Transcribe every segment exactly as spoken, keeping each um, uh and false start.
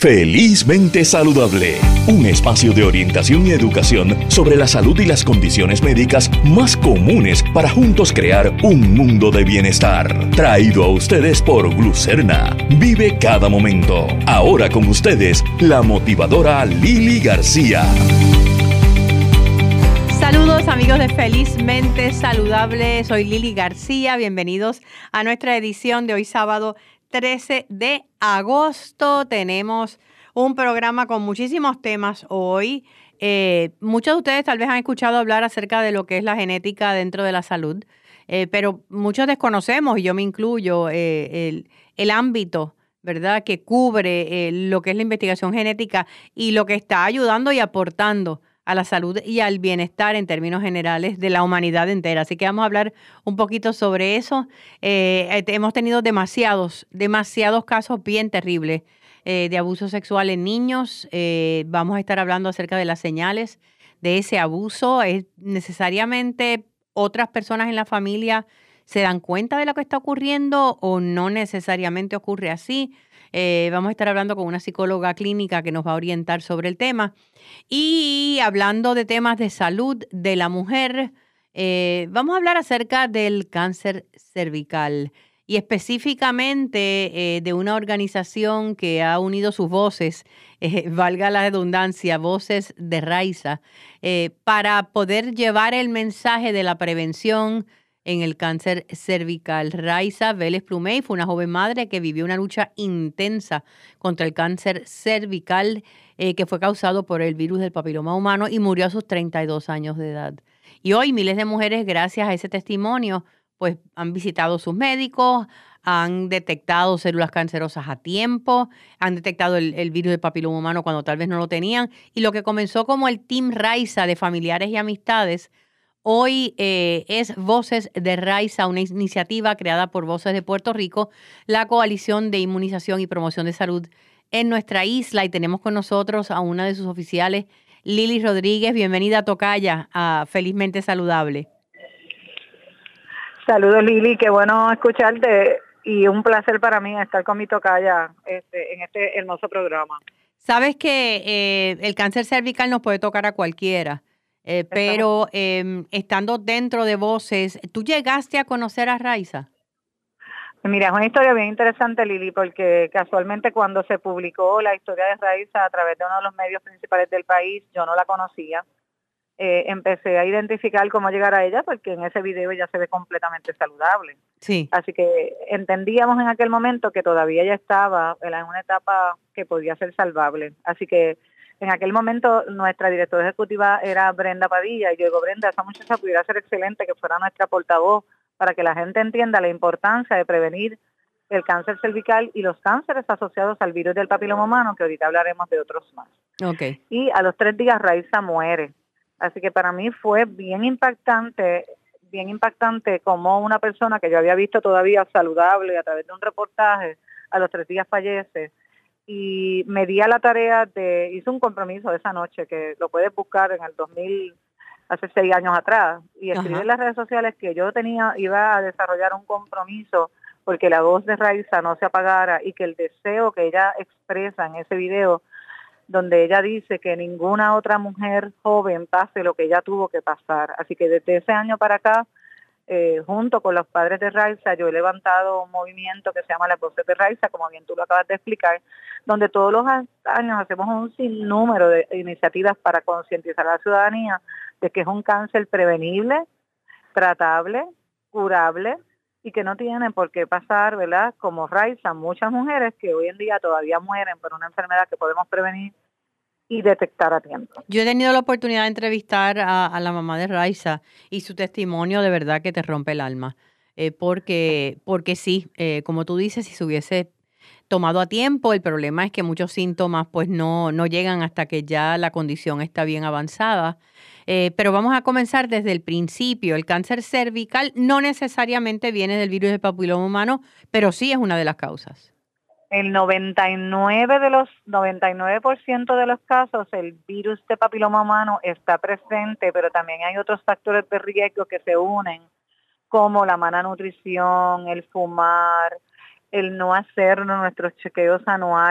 Felizmente Saludable, un espacio de orientación y educación sobre la salud y las condiciones médicas más comunes para juntos crear un mundo de bienestar. Traído a ustedes por Glucerna. Vive cada momento. Ahora con ustedes, la motivadora Lili García. Saludos amigos de Felizmente Saludable, soy Lili García, bienvenidos a nuestra edición de hoy sábado trece de agosto. Tenemos un programa con muchísimos temas hoy. Eh, muchos de ustedes tal vez han escuchado hablar acerca de lo que es la genética dentro de la salud, eh, pero muchos desconocemos, y yo me incluyo, eh, el, el ámbito, ¿verdad?, que cubre eh, lo que es la investigación genética y lo que está ayudando y aportando a la salud y al bienestar en términos generales de la humanidad entera. Así que vamos a hablar un poquito sobre eso. Eh, hemos tenido demasiados, demasiados casos bien terribles eh, de abuso sexual en niños. Eh, vamos a estar hablando acerca de las señales de ese abuso. ¿Es necesariamente otras personas en la familia se dan cuenta de lo que está ocurriendo o no necesariamente ocurre así? Eh, vamos a estar hablando con una psicóloga clínica que nos va a orientar sobre el tema. Y hablando de temas de salud de la mujer, eh, vamos a hablar acerca del cáncer cervical y específicamente eh, de una organización que ha unido sus voces, eh, valga la redundancia, voces de Raiza, eh, para poder llevar el mensaje de la prevención en el cáncer cervical. Raiza Vélez Plumey fue una joven madre que vivió una lucha intensa contra el cáncer cervical eh, que fue causado por el virus del papiloma humano y murió a sus treinta y dos años de edad. Y hoy miles de mujeres, gracias a ese testimonio, pues han visitado sus médicos, han detectado células cancerosas a tiempo, han detectado el, el virus del papiloma humano cuando tal vez no lo tenían. Y lo que comenzó como el Team Raiza de familiares y amistades, hoy eh, es Voces de Raiza, una iniciativa creada por Voces de Puerto Rico, la Coalición de Inmunización y Promoción de Salud en nuestra isla. Y tenemos con nosotros a una de sus oficiales, Lili Rodríguez. Bienvenida, tocaya, a Felizmente Saludable. Saludos, Lili, qué bueno escucharte y un placer para mí estar con mi tocaya este, en este hermoso programa. Sabes que eh, el cáncer cervical nos puede tocar a cualquiera. Eh, pero eh, estando dentro de Voces, ¿tú llegaste a conocer a Raiza? Mira, es una historia bien interesante, Lili, porque casualmente cuando se publicó la historia de Raiza a través de uno de los medios principales del país, yo no la conocía. Eh, empecé a identificar cómo llegar a ella porque en ese video ella se ve completamente saludable. Sí. Así que entendíamos en aquel momento que todavía ella estaba en una etapa que podía ser salvable. Así que en aquel momento nuestra directora ejecutiva era Brenda Padilla y yo digo, Brenda, esa muchacha pudiera ser excelente que fuera nuestra portavoz para que la gente entienda la importancia de prevenir el cáncer cervical y los cánceres asociados al virus del papiloma humano, que ahorita hablaremos de otros más. Okay. Y a los tres días Raiza muere. Así que para mí fue bien impactante, bien impactante como una persona que yo había visto todavía saludable a través de un reportaje, a los tres días fallece. Y me di a la tarea de, hice un compromiso esa noche, que lo puedes buscar en el dos mil, hace seis años atrás, y escribí en las redes sociales que yo tenía, iba a desarrollar un compromiso porque la voz de Raiza no se apagara y que el deseo que ella expresa en ese video, donde ella dice que ninguna otra mujer joven pase lo que ella tuvo que pasar. Así que desde ese año para acá, Eh, junto con los padres de Raiza, yo he levantado un movimiento que se llama Las Voces de Raiza, como bien tú lo acabas de explicar, donde todos los años hacemos un sinnúmero de iniciativas para concientizar a la ciudadanía de que es un cáncer prevenible, tratable, curable y que no tiene por qué pasar, ¿verdad? Como Raiza, muchas mujeres que hoy en día todavía mueren por una enfermedad que podemos prevenir y detectar a tiempo. Yo he tenido la oportunidad de entrevistar a, a la mamá de Raiza y su testimonio de verdad que te rompe el alma. Eh, porque, porque sí, eh, como tú dices, si se hubiese tomado a tiempo, el problema es que muchos síntomas pues no, no llegan hasta que ya la condición está bien avanzada. Eh, pero vamos a comenzar desde el principio. El cáncer cervical no necesariamente viene del virus del papiloma humano, pero sí es una de las causas. El noventa y nueve de los noventa y nueve por ciento de los casos el virus de papiloma humano está presente, pero también hay otros factores de riesgo que se unen, como la mala nutrición, el fumar, el no hacer nuestros chequeos anuales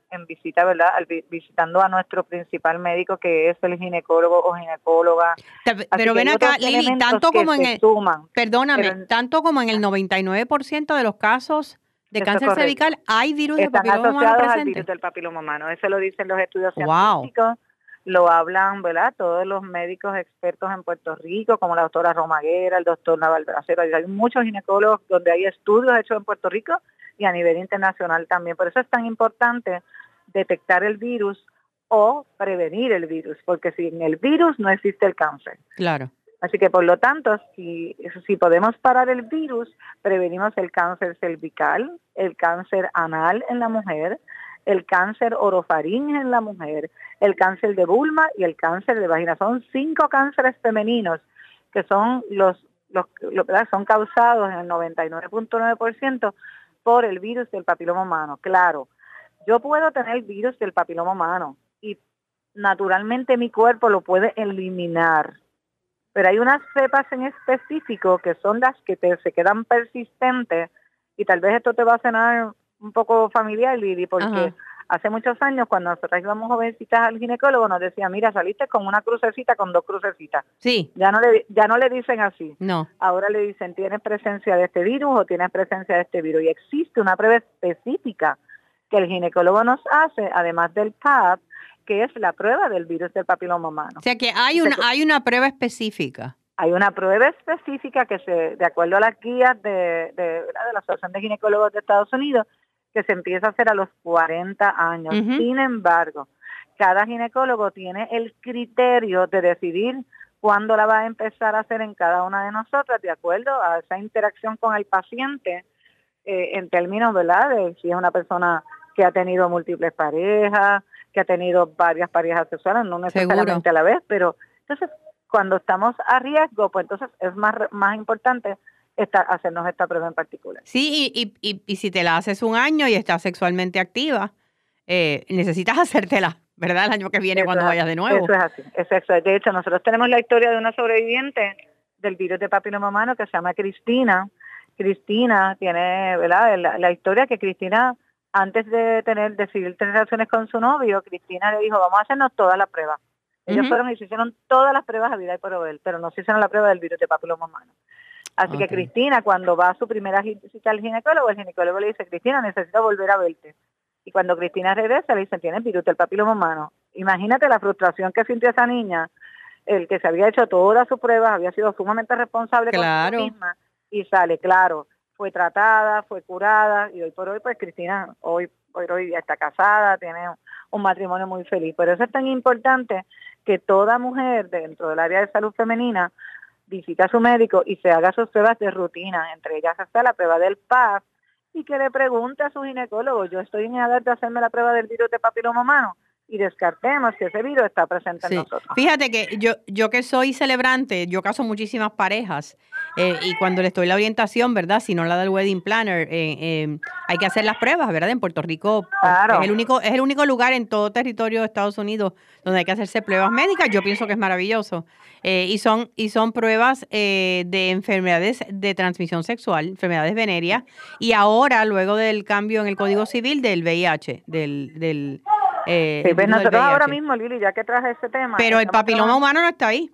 en visita, ¿verdad? Al, visitando a nuestro principal médico, que es el ginecólogo o ginecóloga. Te, pero ven acá, Lili, tanto como en el, suman, perdóname, pero, tanto como en el noventa y nueve por ciento de los casos de cáncer cervical hay virus del papiloma humano asociados presente. al virus del papiloma humano. Eso lo dicen los estudios Wow. científicos, lo hablan, ¿verdad? Todos los médicos expertos en Puerto Rico, como la doctora Romaguera, el doctor Naval Bracero. Hay muchos ginecólogos donde hay estudios hechos en Puerto Rico y a nivel internacional también. Por eso es tan importante detectar el virus o prevenir el virus, porque sin el virus no existe el cáncer. Claro. Así que, por lo tanto, si, si podemos parar el virus, prevenimos el cáncer cervical, el cáncer anal en la mujer, el cáncer orofaringe en la mujer, el cáncer de vulva y el cáncer de vagina. Son cinco cánceres femeninos que son los, los, los ¿verdad? son causados en el noventa y nueve punto nueve por ciento por el virus del papiloma humano. Claro, yo puedo tener el virus del papiloma humano y naturalmente mi cuerpo lo puede eliminar. Pero hay unas cepas en específico que son las que te, se quedan persistentes, y tal vez esto te va a sonar un poco familiar, Lili, porque Ajá. hace muchos años cuando nosotros íbamos jovencitas al ginecólogo nos decía, mira, saliste con una crucecita, con dos crucecitas. Sí. Ya no le, ya no le dicen así. No. Ahora le dicen, ¿tienes presencia de este virus o tienes presencia de este virus? Y existe una prueba específica que el ginecólogo nos hace, además del P A P, que es la prueba del virus del papiloma humano. O sea que hay una, hay una prueba específica. Hay una prueba específica que se, de acuerdo a las guías de, de, de la Asociación de Ginecólogos de Estados Unidos, que se empieza a hacer a los cuarenta años. Uh-huh. Sin embargo, cada ginecólogo tiene el criterio de decidir cuándo la va a empezar a hacer en cada una de nosotras, de acuerdo a esa interacción con el paciente, eh, en términos, ¿verdad?, de si es una persona que ha tenido múltiples parejas, que ha tenido varias parejas sexuales, no necesariamente Seguro. a la vez, pero entonces cuando estamos a riesgo, pues entonces es más más importante esta, hacernos esta prueba en particular. Sí, y, y, y, y si te la haces un año y estás sexualmente activa, eh, necesitas hacértela, ¿verdad? El año que viene eso cuando es, vayas de nuevo. Eso es así, eso es. De hecho, nosotros tenemos la historia de una sobreviviente del virus de papiloma humano que se llama Cristina. Cristina tiene, ¿verdad?, la, la historia que Cristina, antes de tener decidir tener relaciones con su novio, Cristina le dijo, vamos a hacernos todas las pruebas. Ellos uh-huh. fueron y se hicieron todas las pruebas a vida y por haber, pero no se hicieron la prueba del virus de papiloma humano. Así okay. que Cristina, cuando va a su primera visita al ginecólogo, el ginecólogo le dice, Cristina, necesito volver a verte. Y cuando Cristina regresa, le dicen, tienes virus del papiloma humano. Imagínate la frustración que sintió esa niña, el que se había hecho todas sus pruebas, había sido sumamente responsable claro. con sí misma, y sale, claro, fue tratada, fue curada, y hoy por hoy, pues Cristina, hoy por hoy ya está casada, tiene un matrimonio muy feliz. Por eso es tan importante que toda mujer dentro del área de salud femenina visite a su médico y se haga sus pruebas de rutina, entre ellas está la prueba del P A P, y que le pregunte a su ginecólogo, yo estoy en edad de hacerme la prueba del virus de papiloma humano, y descartemos que ese virus está presente sí. en nosotros. Fíjate que yo yo que soy celebrante, yo caso muchísimas parejas, eh, y cuando les doy la orientación, ¿verdad?, si no la del wedding planner, eh, eh, hay que hacer las pruebas, ¿verdad? En Puerto Rico claro. es el único es el único lugar en todo territorio de Estados Unidos donde hay que hacerse pruebas médicas. Yo pienso que es maravilloso. Eh, y son y son pruebas eh, de enfermedades de transmisión sexual, enfermedades venéreas, y ahora, luego del cambio en el Código Civil, del V I H, del... del Eh, sí, pues nosotros ahora mismo, Lili, ya que traje ese tema... Pero el papiloma trabajando, humano no está ahí.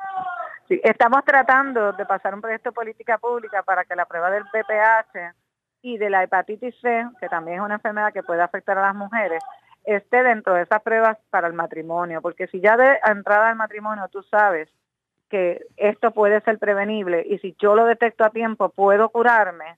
Sí, estamos tratando de pasar un proyecto de política pública para que la prueba del V P H y de la hepatitis C, que también es una enfermedad que puede afectar a las mujeres, esté dentro de esas pruebas para el matrimonio. Porque si ya de entrada al matrimonio tú sabes que esto puede ser prevenible y si yo lo detecto a tiempo puedo curarme,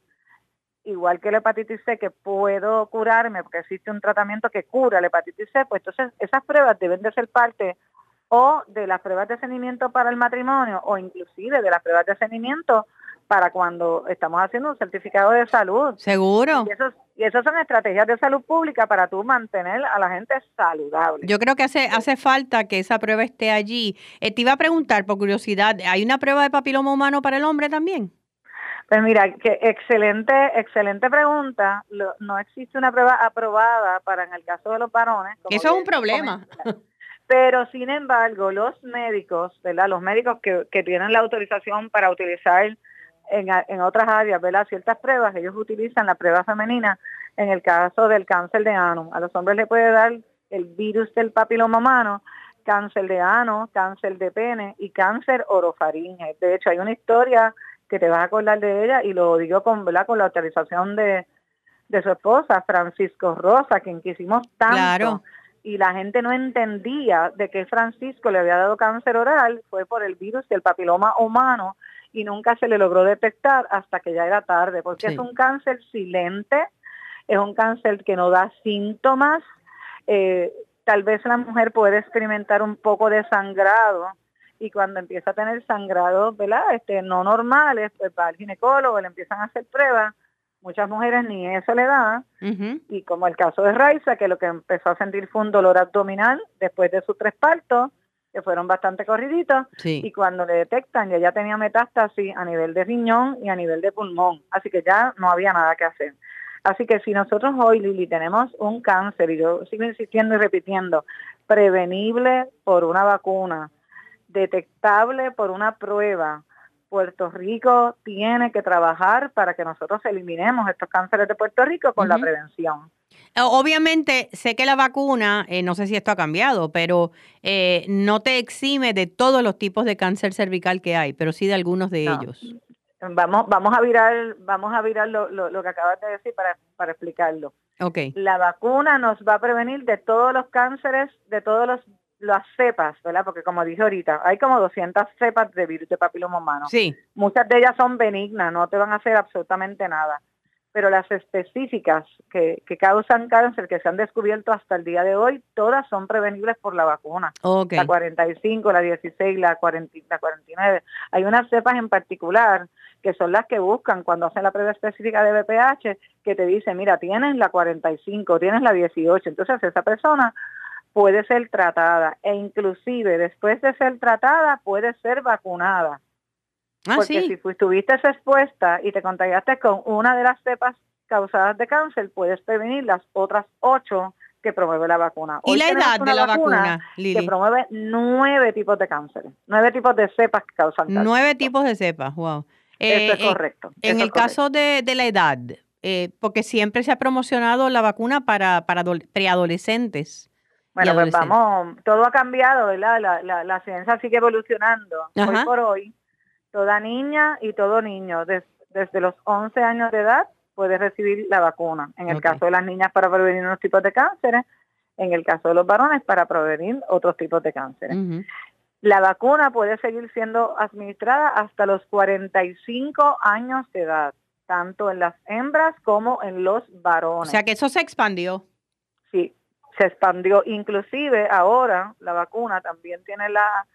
igual que la hepatitis C, que puedo curarme porque existe un tratamiento que cura la hepatitis C, pues entonces esas pruebas deben de ser parte o de las pruebas de seguimiento para el matrimonio o inclusive de las pruebas de seguimiento para cuando estamos haciendo un certificado de salud. Seguro. Y esos, y esas son estrategias de salud pública para tú mantener a la gente saludable. Yo creo que hace hace falta que esa prueba esté allí. Eh, te iba a preguntar, por curiosidad, ¿hay una prueba de papiloma humano para el hombre también? Pues mira, que excelente, excelente pregunta. Lo, no existe una prueba aprobada para en el caso de los varones. Como eso es un problema. Pero sin embargo, los médicos, ¿verdad? Los médicos que, que tienen la autorización para utilizar en, en otras áreas, ¿verdad?, ciertas pruebas, ellos utilizan la prueba femenina En el caso del cáncer de ano, a los hombres le puede dar el virus del papiloma humano, cáncer de ano, cáncer de pene y cáncer orofaringe. De hecho, hay una historia que te vas a acordar de ella y lo digo con, ¿verdad? Con la autorización de, de su esposa, Francisco Rosa, quien quisimos tanto. Claro. Y la gente no entendía de que Francisco le había dado cáncer oral, fue por el virus del papiloma humano y nunca se le logró detectar hasta que ya era tarde, porque sí. Es un cáncer silente, es un cáncer que no da síntomas, eh, tal vez la mujer puede experimentar un poco de sangrado y cuando empieza a tener sangrados, ¿verdad? Este, no normales, pues va al ginecólogo, le empiezan a hacer pruebas. Muchas mujeres ni eso le da. Uh-huh. Y como el caso de Raiza, que lo que empezó a sentir fue un dolor abdominal después de sus tres partos, que fueron bastante corriditos. Sí. Y cuando le detectan, ya ya tenía metástasis a nivel de riñón y a nivel de pulmón. Así que ya no había nada que hacer. Así que si nosotros hoy, Lili, tenemos un cáncer, y yo sigo insistiendo y repitiendo, prevenible por una vacuna, detectable por una prueba, Puerto Rico tiene que trabajar para que nosotros eliminemos estos cánceres de Puerto Rico con uh-huh. la prevención. Obviamente, sé que la vacuna, eh, no sé si esto ha cambiado, pero eh, no te exime de todos los tipos de cáncer cervical que hay, pero sí de algunos de no. ellos. Vamos, vamos a virar, vamos a virar lo, lo, lo que acabas de decir para, para explicarlo. Okay. La vacuna nos va a prevenir de todos los cánceres, de todos los las cepas, ¿verdad? Porque como dije ahorita, hay como doscientas cepas de virus de papiloma humano. Sí. Muchas de ellas son benignas, no te van a hacer absolutamente nada. Pero las específicas que, que causan cáncer, que se han descubierto hasta el día de hoy, todas son prevenibles por la vacuna. Okay. La cuarenta y cinco, la dieciséis, la cuarenta, la cuarenta y nueve. Hay unas cepas en particular que son las que buscan cuando hacen la prueba específica de B P H, que te dicen, mira, tienes la cuarenta y cinco, tienes la dieciocho. Entonces esa persona puede ser tratada e inclusive después de ser tratada puede ser vacunada. Ah, Porque ¿sí? si fu- estuviste expuesta y te contagiaste con una de las cepas causadas de cáncer, puedes prevenir las otras ocho que promueve la vacuna. ¿Y Hoy la tenemos edad una de la vacuna vacuna, Lili? que promueve nueve tipos de cáncer, nueve tipos de cepas que causan cáncer. Nueve tipos de cepas, wow. Eh, Eso es eh, correcto. En eso el es correcto. caso de, de la edad, eh, porque siempre se ha promocionado la vacuna para, para preadolescentes. Bueno, pues vamos, todo ha cambiado, ¿verdad? La, la, la ciencia sigue evolucionando. Ajá. Hoy por hoy, toda niña y todo niño, des, desde los once años de edad, puede recibir la vacuna. En el okay. caso de las niñas para prevenir unos tipos de cánceres, en el caso de los varones para prevenir otros tipos de cánceres. Uh-huh. La vacuna puede seguir siendo administrada hasta los cuarenta y cinco años de edad, tanto en las hembras como en los varones. O sea que eso se expandió. Sí. Se expandió, inclusive ahora la vacuna también tiene la,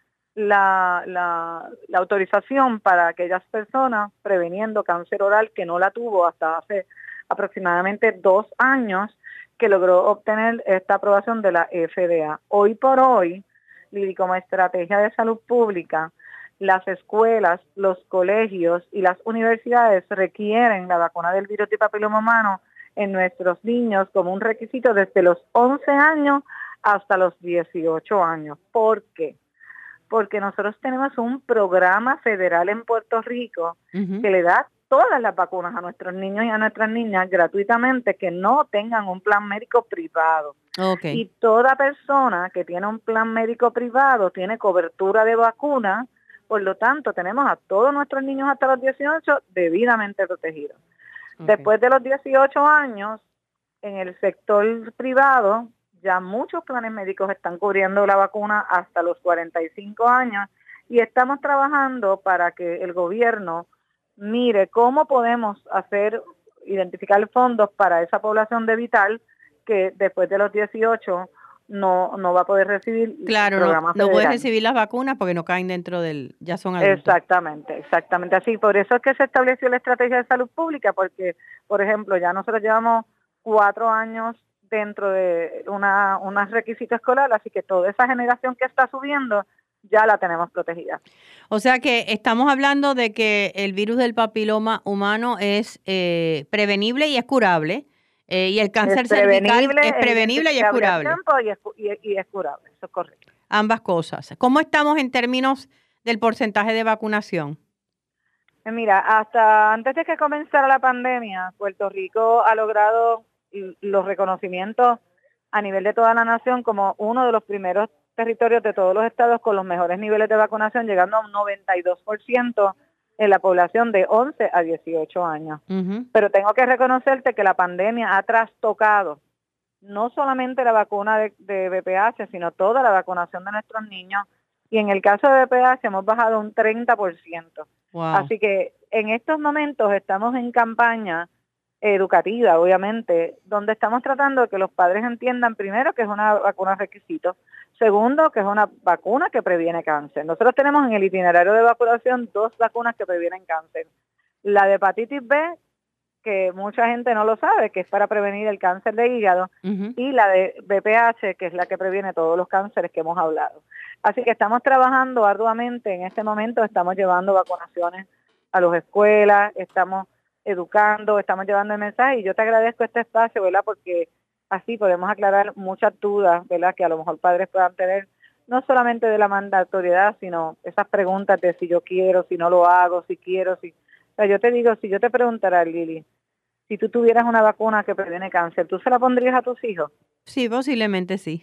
la, la, la autorización para aquellas personas preveniendo cáncer oral que no la tuvo hasta hace aproximadamente dos años que logró obtener esta aprobación de la F D A. Hoy por hoy, Lili, como estrategia de salud pública, las escuelas, los colegios y las universidades requieren la vacuna del virus de papiloma humano en nuestros niños como un requisito desde los once años hasta los dieciocho años. ¿Por qué? Porque nosotros tenemos un programa federal en Puerto Rico uh-huh. que le da todas las vacunas a nuestros niños y a nuestras niñas gratuitamente que no tengan un plan médico privado. Okay. Y toda persona que tiene un plan médico privado tiene cobertura de vacuna, por lo tanto tenemos a todos nuestros niños hasta los dieciocho debidamente protegidos. Okay. Después de los dieciocho años, en el sector privado, ya muchos planes médicos están cubriendo la vacuna hasta los cuarenta y cinco años y estamos trabajando para que el gobierno mire cómo podemos hacer, identificar fondos para esa población de vital que después de los dieciocho no no va a poder recibir claro, el programa no, no puede federal. recibir las vacunas porque no caen dentro del, ya son adultos. Exactamente, exactamente así. Por eso es que se estableció la estrategia de salud pública, porque, por ejemplo, ya nosotros llevamos cuatro años dentro de una unos requisitos escolares, así que toda esa generación que está subiendo ya la tenemos protegida. O sea que estamos hablando de que el virus del papiloma humano es eh, prevenible y es curable. Eh, y el cáncer es cervical es prevenible es y es curable. Y es, y, y es curable, eso es correcto. Ambas cosas. ¿Cómo estamos en términos del porcentaje de vacunación? Mira, hasta antes de que comenzara la pandemia, Puerto Rico ha logrado los reconocimientos a nivel de toda la nación como uno de los primeros territorios de todos los estados con los mejores niveles de vacunación, llegando a un noventa y dos por ciento en la población de once a dieciocho años. Uh-huh. Pero tengo que reconocerte que la pandemia ha trastocado no solamente la vacuna de, de V P H, sino toda la vacunación de nuestros niños. Y en el caso de V P H hemos bajado un treinta por ciento. Wow. Así que en estos momentos estamos en campaña educativa, obviamente, donde estamos tratando de que los padres entiendan, primero, que es una vacuna requisito, segundo, que es una vacuna que previene cáncer. Nosotros tenemos en el itinerario de vacunación dos vacunas que previenen cáncer. La de hepatitis B, que mucha gente no lo sabe, que es para prevenir el cáncer de hígado, uh-huh. y la de V P H, que es la que previene todos los cánceres que hemos hablado. Así que estamos trabajando arduamente en este momento, estamos llevando vacunaciones a las escuelas, estamos educando, estamos llevando el mensaje, y yo te agradezco este espacio, ¿verdad? Porque así podemos aclarar muchas dudas, ¿verdad? Que a lo mejor padres puedan tener, no solamente de la mandatoriedad, sino esas preguntas de si yo quiero, si no lo hago, si quiero, si... O sea, yo te digo, si yo te preguntara, Lili, si tú tuvieras una vacuna que previene cáncer, ¿tú se la pondrías a tus hijos? Sí, posiblemente sí.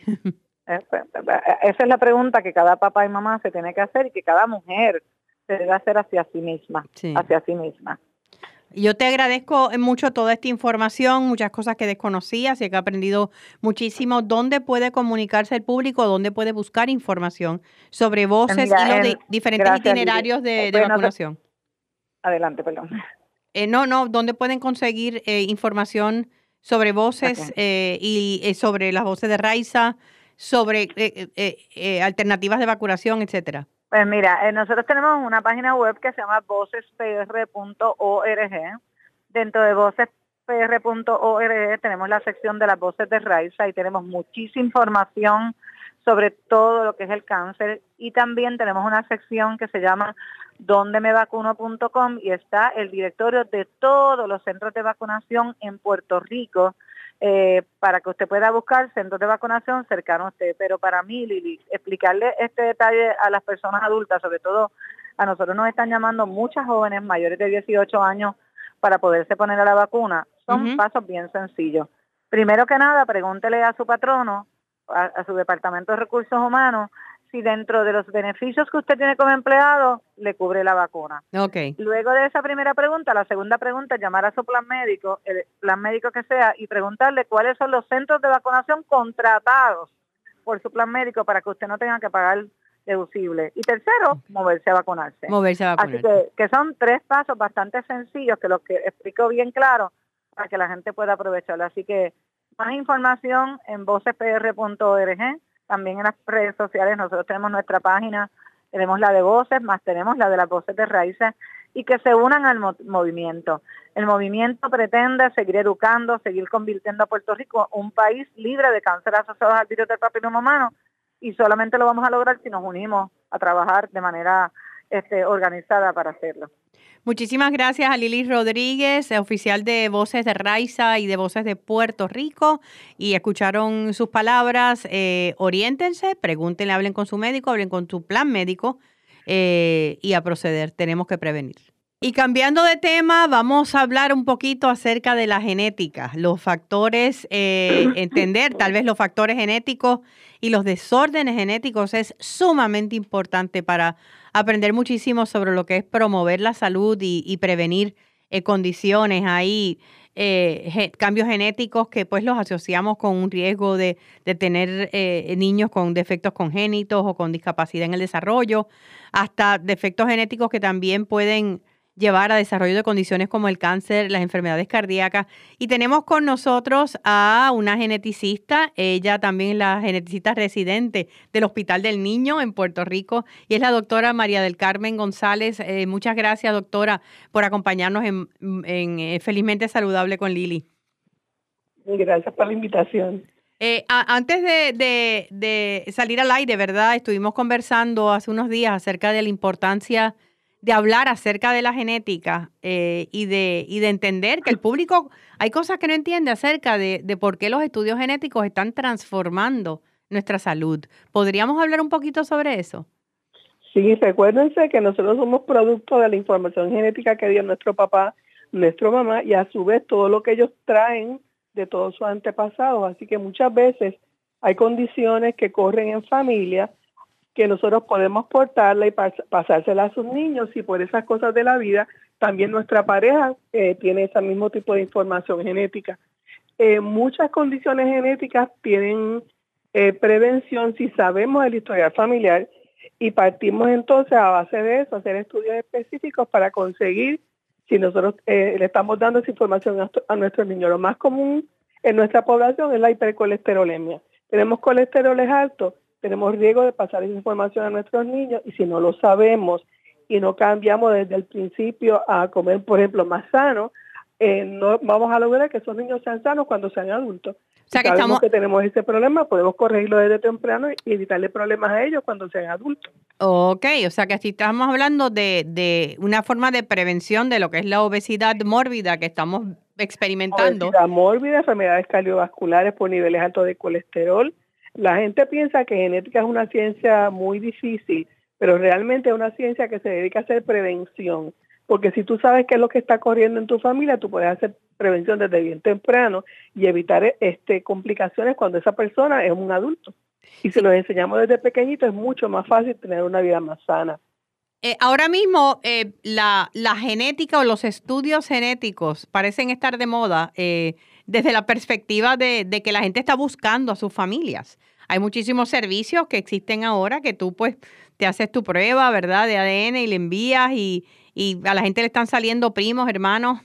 Esa es la pregunta que cada papá y mamá se tiene que hacer y que cada mujer se debe hacer hacia sí misma, sí. hacia sí misma. Yo te agradezco mucho toda esta información, muchas cosas que desconocía, así que he aprendido muchísimo. ¿Dónde puede comunicarse el público? ¿Dónde puede buscar información sobre voces Mira, y los de, diferentes gracias, itinerarios de, de bueno, vacunación? Adelante, perdón. Eh, no, no, ¿dónde pueden conseguir eh, información sobre voces okay. eh, y eh, sobre las voces de Raiza, sobre eh, eh, eh, alternativas de vacunación, etcétera? Pues mira, eh, nosotros tenemos una página web que se llama voces p r punto org. Dentro de voces p r punto org tenemos la sección de las voces de Raiza y tenemos muchísima información sobre todo lo que es el cáncer, y también tenemos una sección que se llama donde me vacuno punto com y está el directorio de todos los centros de vacunación en Puerto Rico, Eh, para que usted pueda buscar centros de vacunación cercanos a usted. Pero para mí, Lili, explicarle este detalle a las personas adultas, sobre todo a nosotros nos están llamando muchas jóvenes mayores de dieciocho años para poderse poner a la vacuna, son uh-huh. pasos bien sencillos. Primero que nada, pregúntele a su patrono, a, a su departamento de recursos humanos, si dentro de los beneficios que usted tiene como empleado le cubre la vacuna. Okay. Luego de esa primera pregunta, la segunda pregunta es llamar a su plan médico, el plan médico que sea, y preguntarle cuáles son los centros de vacunación contratados por su plan médico para que usted no tenga que pagar deducible. Y tercero, moverse a vacunarse. Moverse a vacunarse. Así que, que son tres pasos bastante sencillos que los que explico bien claro para que la gente pueda aprovecharlo. Así que más información en voces p r punto org. También en las redes sociales nosotros tenemos nuestra página, tenemos la de Voces, más tenemos la de las Voces de Raíces, y que se unan al mo- movimiento. El movimiento pretende seguir educando, seguir convirtiendo a Puerto Rico un país libre de cáncer asociado al virus del papiloma humano, y solamente lo vamos a lograr si nos unimos a trabajar de manera este, organizada para hacerlo. Muchísimas gracias a Lili Rodríguez, oficial de Voces de Raiza y de Voces de Puerto Rico, y escucharon sus palabras. Eh, oriéntense, pregúntenle, hablen con su médico, hablen con su plan médico eh, y a proceder. Tenemos que prevenir. Y cambiando de tema, vamos a hablar un poquito acerca de la genética, los factores, eh, entender tal vez los factores genéticos y los desórdenes genéticos es sumamente importante para aprender muchísimo sobre lo que es promover la salud y, y prevenir eh, condiciones. Hay eh, ge- cambios genéticos que pues los asociamos con un riesgo de, de tener eh, niños con defectos congénitos o con discapacidad en el desarrollo, hasta defectos genéticos que también pueden llevar a desarrollo de condiciones como el cáncer, las enfermedades cardíacas. Y tenemos con nosotros a una geneticista, ella también es la geneticista residente del Hospital del Niño en Puerto Rico, y es la doctora María del Carmen González. Eh, muchas gracias, doctora, por acompañarnos en, en eh, Felizmente Saludable con Lili. Gracias por la invitación. Eh, a, antes de, de, de salir al aire, ¿verdad? Estuvimos conversando hace unos días acerca de la importancia de hablar acerca de la genética eh, y de y de entender que el público, hay cosas que no entiende acerca de, de por qué los estudios genéticos están transformando nuestra salud. ¿Podríamos hablar un poquito sobre eso? Sí, recuérdense que nosotros somos producto de la información genética que dio nuestro papá, nuestra mamá, y a su vez todo lo que ellos traen de todos sus antepasados. Así que muchas veces hay condiciones que corren en familia que nosotros podemos portarla y pas pasársela a sus niños, y por esas cosas de la vida también nuestra pareja eh, tiene ese mismo tipo de información genética. Eh, muchas condiciones genéticas tienen eh, prevención si sabemos el historial familiar, y partimos entonces a base de eso, hacer estudios específicos para conseguir si nosotros eh, le estamos dando esa información a, a nuestros niños. Lo más común en nuestra población es la hipercolesterolemia. Tenemos colesteroles altos, tenemos riesgo de pasar esa información a nuestros niños, y si no lo sabemos y no cambiamos desde el principio a comer, por ejemplo, más sano, eh, no vamos a lograr que esos niños sean sanos cuando sean adultos. O sea, si que sabemos estamos... que tenemos ese problema, podemos corregirlo desde temprano y evitarle problemas a ellos cuando sean adultos. Ok, o sea que así estamos hablando de, de una forma de prevención de lo que es la obesidad mórbida que estamos experimentando. Obesidad mórbida, enfermedades cardiovasculares por niveles altos de colesterol. La gente piensa que genética es una ciencia muy difícil, pero realmente es una ciencia que se dedica a hacer prevención. Porque si tú sabes qué es lo que está corriendo en tu familia, tú puedes hacer prevención desde bien temprano y evitar este complicaciones cuando esa persona es un adulto. Y si los enseñamos desde pequeñito, es mucho más fácil tener una vida más sana. Eh, ahora mismo eh, la, la genética o los estudios genéticos parecen estar de moda eh, desde la perspectiva de, de que la gente está buscando a sus familias. Hay muchísimos servicios que existen ahora que tú pues te haces tu prueba, ¿verdad?, de A D N y le envías y, y a la gente le están saliendo primos, hermanos,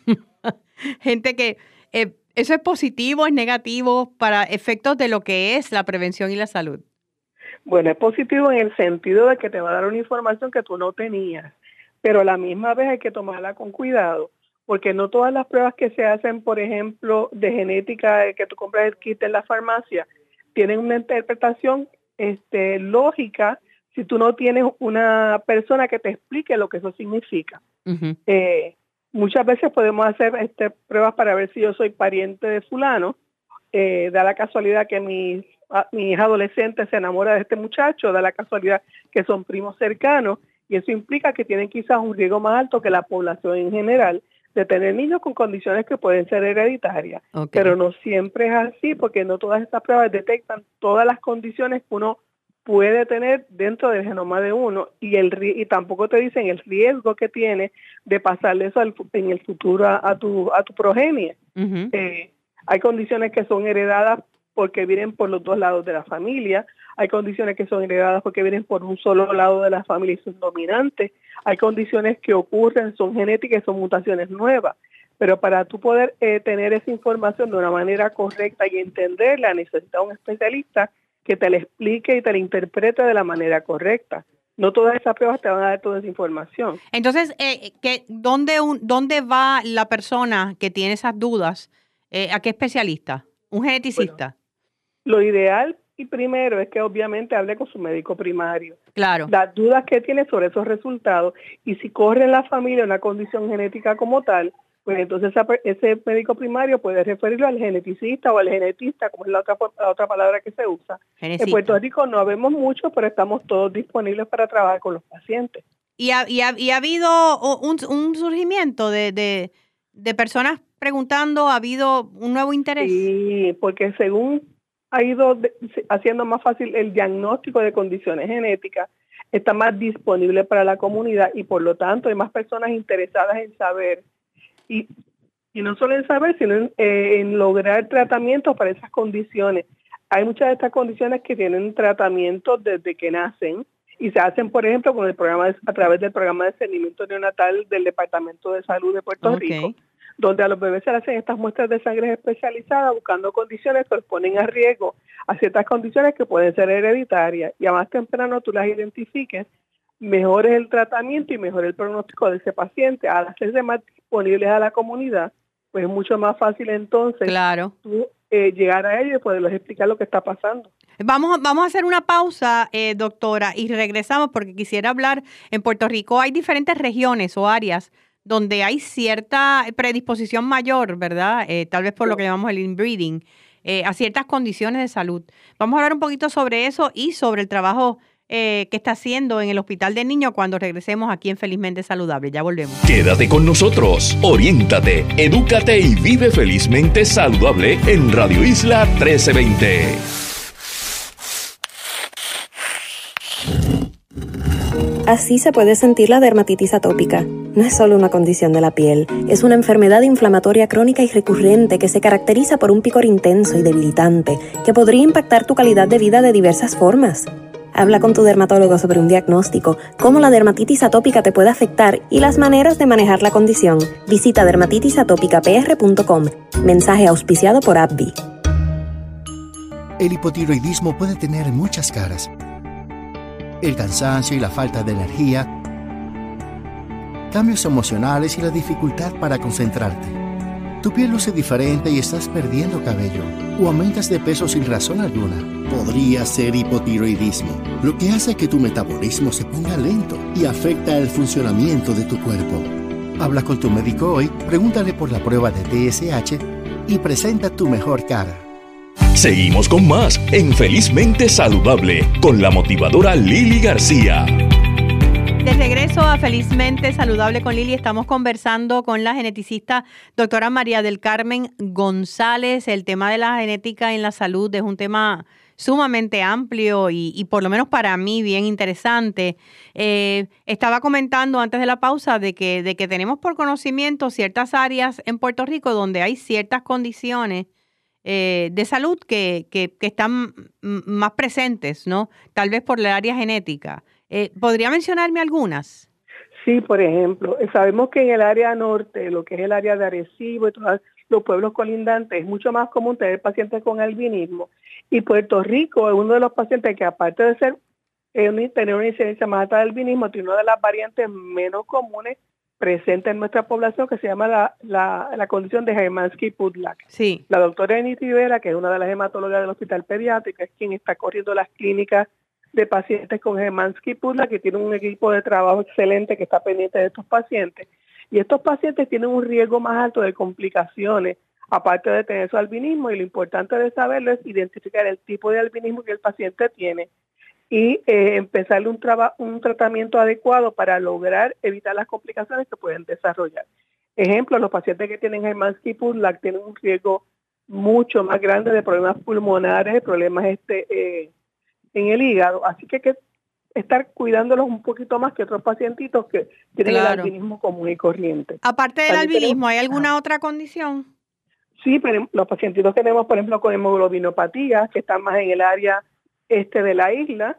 gente que eh, eso es positivo, es negativo para efectos de lo que es la prevención y la salud. Bueno, es positivo en el sentido de que te va a dar una información que tú no tenías, pero a la misma vez hay que tomarla con cuidado, porque no todas las pruebas que se hacen, por ejemplo, de genética, que tú compras el kit en la farmacia, tienen una interpretación este, lógica si tú no tienes una persona que te explique lo que eso significa. Uh-huh. Eh, muchas veces podemos hacer este, pruebas para ver si yo soy pariente de fulano, eh, da la casualidad que mi, a, mi hija adolescente se enamora de este muchacho, da la casualidad que son primos cercanos, y eso implica que tienen quizás un riesgo más alto que la población en general de tener niños con condiciones que pueden ser hereditarias. Okay. Pero no siempre es así, porque no todas estas pruebas detectan todas las condiciones que uno puede tener dentro del genoma de uno, y el y tampoco te dicen el riesgo que tiene de pasarle eso al, en el futuro a, a tu a tu progenie. Uh-huh. Eh, hay condiciones que son heredadas porque vienen por los dos lados de la familia, hay condiciones que son heredadas porque vienen por un solo lado de la familia y son dominantes, hay condiciones que ocurren, son genéticas, son mutaciones nuevas, pero para tú poder eh, tener esa información de una manera correcta y entenderla, necesitas un especialista que te la explique y te la interprete de la manera correcta. No todas esas pruebas te van a dar toda esa información. Entonces, eh, ¿qué, dónde, un, ¿dónde va la persona que tiene esas dudas? Eh, ¿A qué especialista? ¿Un geneticista? Bueno, lo ideal y primero es que obviamente hable con su médico primario. Claro. Las dudas que tiene sobre esos resultados, y si corre en la familia una condición genética como tal, pues entonces esa, ese médico primario puede referirlo al geneticista o al genetista, como es la otra, la otra palabra que se usa. Geneticista. En Puerto Rico no vemos mucho, pero estamos todos disponibles para trabajar con los pacientes. ¿Y ha, y ha, y ha habido un, un surgimiento de, de, de personas preguntando? ¿Ha habido un nuevo interés? Sí, porque según ha ido de, haciendo más fácil el diagnóstico de condiciones genéticas, está más disponible para la comunidad, y por lo tanto hay más personas interesadas en saber. Y, y no solo en saber, sino en, eh, en lograr tratamientos para esas condiciones. Hay muchas de estas condiciones que tienen tratamientos desde que nacen y se hacen, por ejemplo, con el programa de, a través del programa de seguimiento neonatal del Departamento de Salud de Puerto okay. Rico, donde a los bebés se les hacen estas muestras de sangre especializadas buscando condiciones que los ponen a riesgo a ciertas condiciones que pueden ser hereditarias, y a más temprano tú las identifiques, mejor es el tratamiento y mejor el pronóstico de ese paciente. Al hacerse más disponibles a la comunidad, pues es mucho más fácil entonces claro. tú, eh, llegar a ellos y poderles explicar lo que está pasando. Vamos, vamos a hacer una pausa, eh, doctora, y regresamos porque quisiera hablar. En Puerto Rico hay diferentes regiones o áreas donde hay cierta predisposición mayor, ¿verdad? Eh, tal vez por sí. lo que llamamos el inbreeding, eh, a ciertas condiciones de salud. Vamos a hablar un poquito sobre eso y sobre el trabajo eh, que está haciendo en el Hospital del Niño cuando regresemos aquí en Felizmente Saludable. Ya volvemos. Quédate con nosotros, oriéntate, edúcate y vive felizmente saludable en Radio Isla trece veinte. Así se puede sentir la dermatitis atópica. No es solo una condición de la piel, es una enfermedad inflamatoria crónica y recurrente que se caracteriza por un picor intenso y debilitante que podría impactar tu calidad de vida de diversas formas. Habla con tu dermatólogo sobre un diagnóstico, cómo la dermatitis atópica te puede afectar y las maneras de manejar la condición. Visita dermatitis atópica p r punto com. Mensaje auspiciado por AbbVie. El hipotiroidismo puede tener muchas caras. El cansancio y la falta de energía, cambios emocionales y la dificultad para concentrarte. Tu piel luce diferente y estás perdiendo cabello o aumentas de peso sin razón alguna. Podría ser hipotiroidismo, lo que hace que tu metabolismo se ponga lento y afecta el funcionamiento de tu cuerpo. Habla con tu médico hoy, pregúntale por la prueba de T S H y presenta tu mejor cara. Seguimos con más en Felizmente Saludable con la motivadora Lili García. De regreso a Felizmente Saludable con Lili, estamos conversando con la geneticista doctora María del Carmen González. El tema de la genética en la salud es un tema sumamente amplio y, y por lo menos para mí bien interesante. Eh, estaba comentando antes de la pausa de que, de que tenemos por conocimiento ciertas áreas en Puerto Rico donde hay ciertas condiciones Eh, de salud que, que, que están m- más presentes, ¿no? Tal vez por la área genética. Eh, ¿Podría mencionarme algunas? Sí, por ejemplo, sabemos que en el área norte, lo que es el área de Arecibo y todos los pueblos colindantes, es mucho más común tener pacientes con albinismo. Y Puerto Rico es uno de los pacientes que, aparte de ser eh, tener una incidencia más alta de albinismo, tiene una de las variantes menos comunes presente en nuestra población, que se llama la, la, la condición de Hermansky-Pudlak. Sí. La doctora Enid Rivera, que es una de las hematólogas del Hospital Pediátrico, es quien está corriendo las clínicas de pacientes con Hermansky-Pudlak, que tiene un equipo de trabajo excelente que está pendiente de estos pacientes. Y estos pacientes tienen un riesgo más alto de complicaciones, aparte de tener su albinismo, y lo importante de saberlo es identificar el tipo de albinismo que el paciente tiene y eh, empezarle un, traba, un tratamiento adecuado para lograr evitar las complicaciones que pueden desarrollar. Ejemplo, los pacientes que tienen Hermansky-Pudlak tienen un riesgo mucho más grande de problemas pulmonares, de problemas este, eh, en el hígado, así que hay que estar cuidándolos un poquito más que otros pacientitos que tienen claro. el albinismo común y corriente. Aparte del También albinismo, tenemos, ¿hay alguna ah. otra condición? Sí, pero los pacientitos tenemos, por ejemplo, con hemoglobinopatía, que están más en el área este de la isla.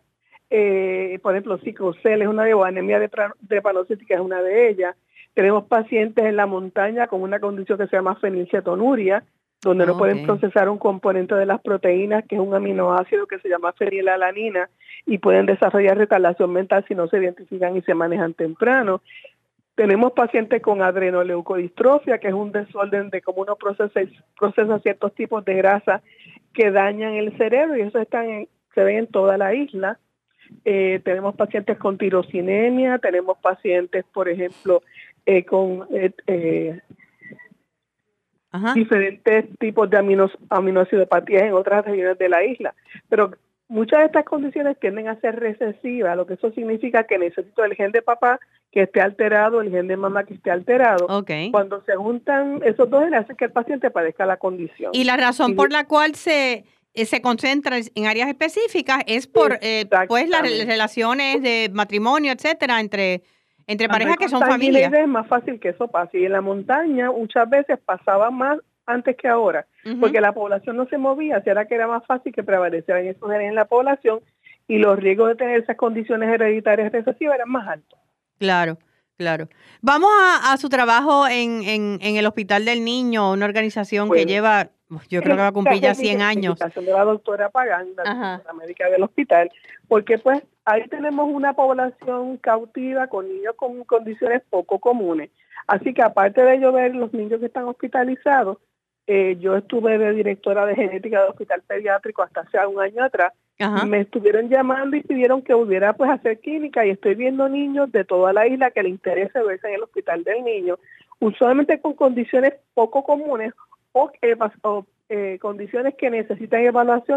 Eh, por ejemplo, sicosel es una de ellas, anemia drepanocítica es una de ellas. Tenemos pacientes en la montaña con una condición que se llama fenilcetonuria, donde no okay. pueden procesar un componente de las proteínas, que es un aminoácido que se llama fenilalanina, y pueden desarrollar retardación mental si no se identifican y se manejan temprano. Tenemos pacientes con adrenoleucodistrofia, que es un desorden de cómo uno procesa, procesa ciertos tipos de grasa que dañan el cerebro, y eso están en, se ve en toda la isla. Eh, tenemos pacientes con tirosinemia, tenemos pacientes, por ejemplo, eh, con eh, eh, diferentes tipos de aminos, aminoacidopatías en otras regiones de la isla. Pero muchas de estas condiciones tienden a ser recesivas, lo que eso significa que necesito el gen de papá que esté alterado, el gen de mamá que esté alterado. Okay. Cuando se juntan esos dos genes, hacen que el paciente padezca la condición. Y la razón y, por la cual se... se concentra en áreas específicas es por eh, pues las relaciones de matrimonio, etcétera, entre entre parejas que son familias. Es más fácil que eso pase, y en la montaña muchas veces pasaba más antes que ahora, uh-huh. porque la población no se movía, así era que era más fácil que prevalecieran esos genes en la población y los riesgos de tener esas condiciones hereditarias recesivas eran más altos. Claro. Claro. Vamos a, a su trabajo en, en, en el Hospital del Niño, una organización bueno, que lleva, yo creo que va a cumplir ya cien años. De la doctora Pagán, la, la médica del hospital, porque pues ahí tenemos una población cautiva con niños con condiciones poco comunes. Así que aparte de yo ver los niños que están hospitalizados, eh, yo estuve de directora de genética del Hospital Pediátrico hasta hace un año atrás. Ajá. Me estuvieron llamando y pidieron que volviera pues a hacer clínica, y estoy viendo niños de toda la isla que le interesa verse en el Hospital del Niño, usualmente con condiciones poco comunes o, eh, o eh, condiciones que necesitan evaluación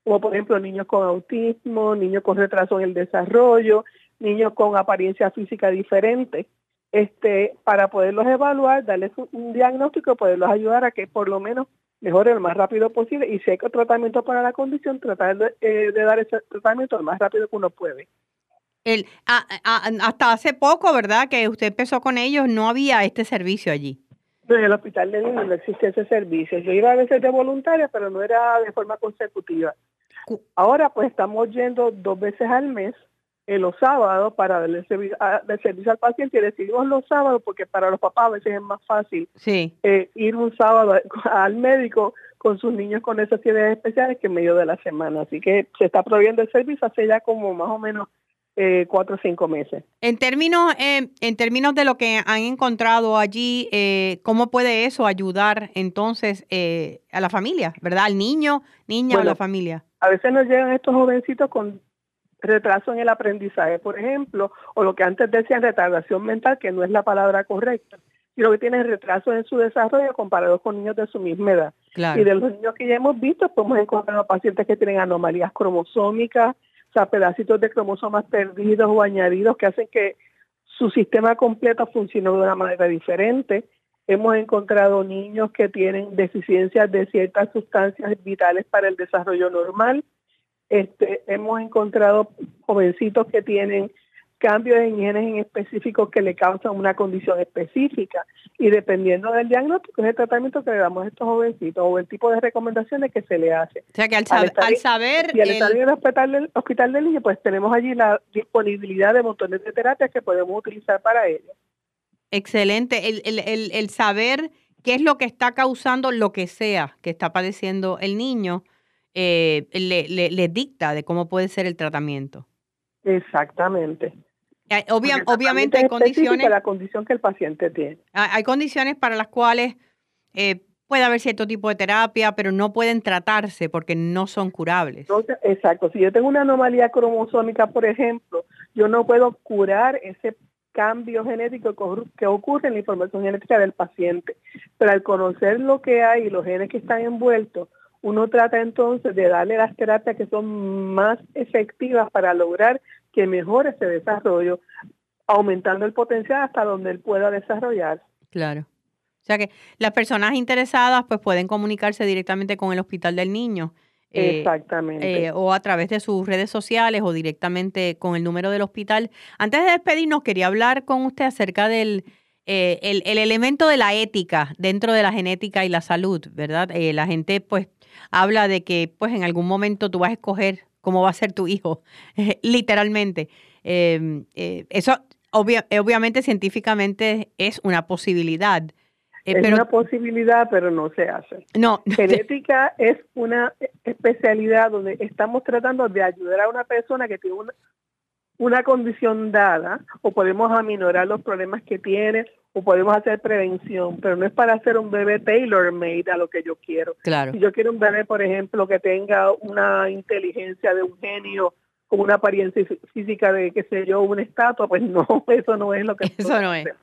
como por ejemplo niños con autismo, niños con retraso en el desarrollo, niños con apariencia física diferente, este, para poderlos evaluar, darles un, un diagnóstico, poderlos ayudar a que por lo menos mejore lo más rápido posible, y si hay tratamiento para la condición, tratar de, eh, de dar ese tratamiento lo más rápido que uno puede. El, a, a, hasta hace poco, ¿verdad?, que usted empezó con ellos, no había este servicio allí. En el hospital de niños no existe ese servicio. Yo iba a veces de voluntaria, pero no era de forma consecutiva. Ahora pues estamos yendo dos veces al mes, en los sábados, para darle servicio, a, el servicio al paciente, y decidimos los sábados porque para los papás a veces es más fácil sí. eh, ir un sábado al médico con sus niños con necesidades especiales que en medio de la semana. Así que se está proveyendo el servicio hace ya como más o menos eh, cuatro o cinco meses. En términos, eh, en términos de lo que han encontrado allí, eh, ¿cómo puede eso ayudar entonces eh, a la familia, verdad? Al niño, niña Bueno, o la familia. A veces nos llegan estos jovencitos con retraso en el aprendizaje, por ejemplo, o lo que antes decían retardación mental, que no es la palabra correcta, sino que tienen retraso en su desarrollo comparado con niños de su misma edad. Claro. Y de los niños que ya hemos visto, podemos encontrar pacientes que tienen anomalías cromosómicas, o sea, pedacitos de cromosomas perdidos o añadidos que hacen que su sistema completo funcione de una manera diferente. Hemos encontrado niños que tienen deficiencias de ciertas sustancias vitales para el desarrollo normal. Este, hemos encontrado jovencitos que tienen cambios en genes en específicos que le causan una condición específica, y dependiendo del diagnóstico es el tratamiento que le damos a estos jovencitos o el tipo de recomendaciones que se le hace. O sea que al, sab al, al saber... Y al el... estar en el hospital del, hospital del niño, pues tenemos allí la disponibilidad de montones de terapias que podemos utilizar para ellos. Excelente. El, el, el, el saber qué es lo que está causando lo que sea que está padeciendo el niño, eh, le, le, le dicta de cómo puede ser el tratamiento. Exactamente. Eh, obvia, obviamente hay condiciones... la condición que el paciente tiene. Hay condiciones para las cuales eh, puede haber cierto tipo de terapia, pero no pueden tratarse porque no son curables. Entonces, exacto. Si yo tengo una anomalía cromosómica, por ejemplo, yo no puedo curar ese cambio genético que ocurre en la información genética del paciente. Pero al conocer lo que hay y los genes que están envueltos, uno trata entonces de darle las terapias que son más efectivas para lograr que mejore ese desarrollo, aumentando el potencial hasta donde él pueda desarrollar. Claro. O sea que las personas interesadas pues pueden comunicarse directamente con el Hospital del Niño. Eh, Exactamente. Eh, o a través de sus redes sociales o directamente con el número del hospital. Antes de despedirnos, quería hablar con usted acerca del eh, el, el elemento de la ética dentro de la genética y la salud, ¿verdad? Eh, la gente pues habla de que pues en algún momento tú vas a escoger cómo va a ser tu hijo, eh, literalmente. Eh, eh, eso obvia, obviamente científicamente es una posibilidad. Eh, es pero, una posibilidad, pero no se hace. No. Genética es una especialidad donde estamos tratando de ayudar a una persona que tiene una, una condición dada, o podemos aminorar los problemas que tiene, o podemos hacer prevención, pero no es para hacer un bebé tailor-made a lo que yo quiero. Claro. Si yo quiero un bebé, por ejemplo, que tenga una inteligencia de un genio, con una apariencia física de, qué sé yo, una estatua, pues no, eso no es lo que... Eso no es.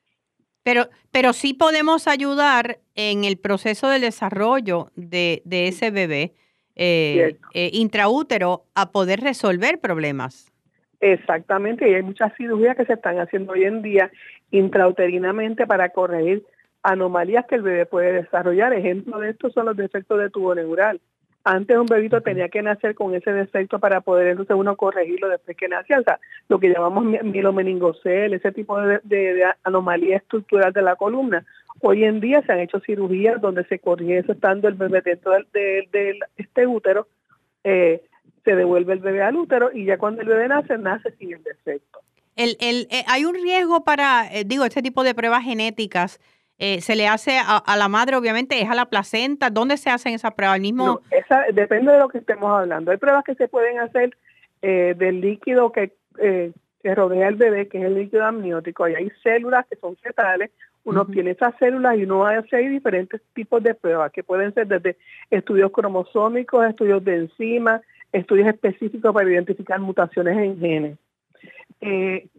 Pero, pero sí podemos ayudar en el proceso del desarrollo de, de ese bebé eh, eh, intraútero a poder resolver problemas. Exactamente, y hay muchas cirugías que se están haciendo hoy en día intrauterinamente para corregir anomalías que el bebé puede desarrollar. Ejemplo de esto son los defectos de tubo neural. Antes un bebito tenía que nacer con ese defecto para poder entonces uno corregirlo después que nacía, o sea, lo que llamamos mielomeningocele, ese tipo de, de, de anomalía estructural de la columna. Hoy en día se han hecho cirugías donde se corrige eso estando el bebé dentro del, del, del este útero, eh, se devuelve el bebé al útero y ya cuando el bebé nace, nace sin el defecto. El, el, eh, hay un riesgo para, eh, digo, este tipo de pruebas genéticas. Eh, ¿Se le hace a, a la madre, obviamente, es a la placenta? ¿Dónde se hacen esas pruebas? ¿El mismo? No, esa, depende de lo que estemos hablando. Hay pruebas que se pueden hacer eh, del líquido que, eh, que rodea al bebé, que es el líquido amniótico, y hay células que son fetales. Uno uh-huh. obtiene esas células y uno hace ahí diferentes tipos de pruebas, que pueden ser desde estudios cromosómicos, estudios de enzimas, estudios específicos para identificar mutaciones en genes. Eh,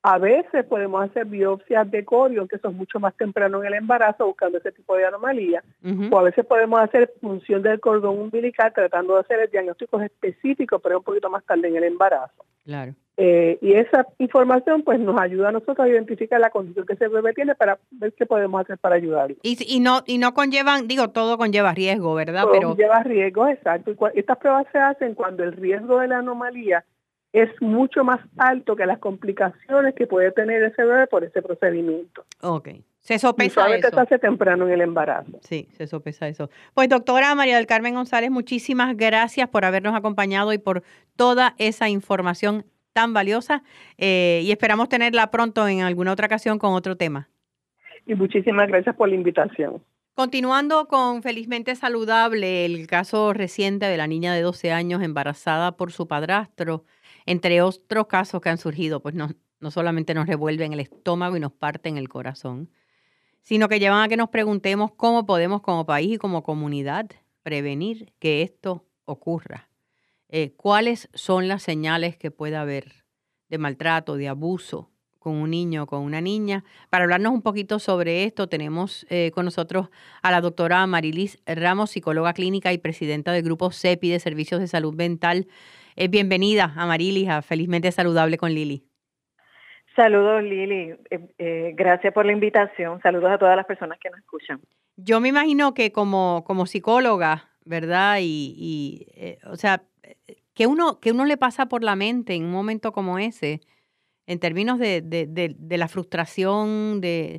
A veces podemos hacer biopsias de corión, que son mucho más temprano en el embarazo, buscando ese tipo de anomalía, uh-huh. o a veces podemos hacer punción del cordón umbilical, tratando de hacer el diagnóstico específico, pero un poquito más tarde en el embarazo. Claro. Eh, y esa información pues nos ayuda a nosotros a identificar la condición que ese bebé tiene para ver qué podemos hacer para ayudarlo. Y, y no y no conllevan, digo, todo conlleva riesgo, ¿verdad? Todo pero conlleva riesgo, exacto. Y cu- estas pruebas se hacen cuando el riesgo de la anomalía es mucho más alto que las complicaciones que puede tener ese bebé por ese procedimiento. Ok. Se sopesa Usualmente eso. se hace temprano en el embarazo. Sí, se sopesa eso. Pues doctora María del Carmen González, muchísimas gracias por habernos acompañado y por toda esa información tan valiosa eh, y esperamos tenerla pronto en alguna otra ocasión con otro tema. Y muchísimas gracias por la invitación. Continuando con Felizmente Saludable, el caso reciente de la niña de doce años embarazada por su padrastro, entre otros casos que han surgido, pues no, no solamente nos revuelven el estómago y nos parten el corazón, sino que llevan a que nos preguntemos cómo podemos como país y como comunidad prevenir que esto ocurra. Eh, ¿Cuáles son las señales que puede haber de maltrato, de abuso con un niño o con una niña? Para hablarnos un poquito sobre esto, tenemos eh, con nosotros a la doctora Marilis Ramos, psicóloga clínica y presidenta del grupo CEPI de Servicios de Salud Mental. Eh, bienvenida, Amarilis, a Felizmente Saludable con Lili. Saludos, Lili. Eh, eh, gracias por la invitación. Saludos a todas las personas que nos escuchan. Yo me imagino que como, como psicóloga, ¿verdad? Y, y eh, o sea, que uno, que uno le pasa por la mente en un momento como ese, en términos de, de, de, de la frustración, de,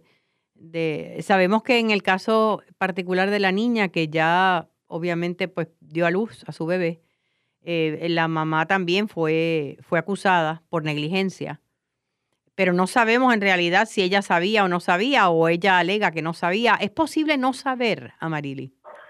de sabemos que en el caso particular de la niña, que ya obviamente pues dio a luz a su bebé, eh, la mamá también fue, fue acusada por negligencia. Pero no sabemos en realidad si ella sabía o no sabía, o ella alega que no sabía. ¿Es posible no saber, Amarili?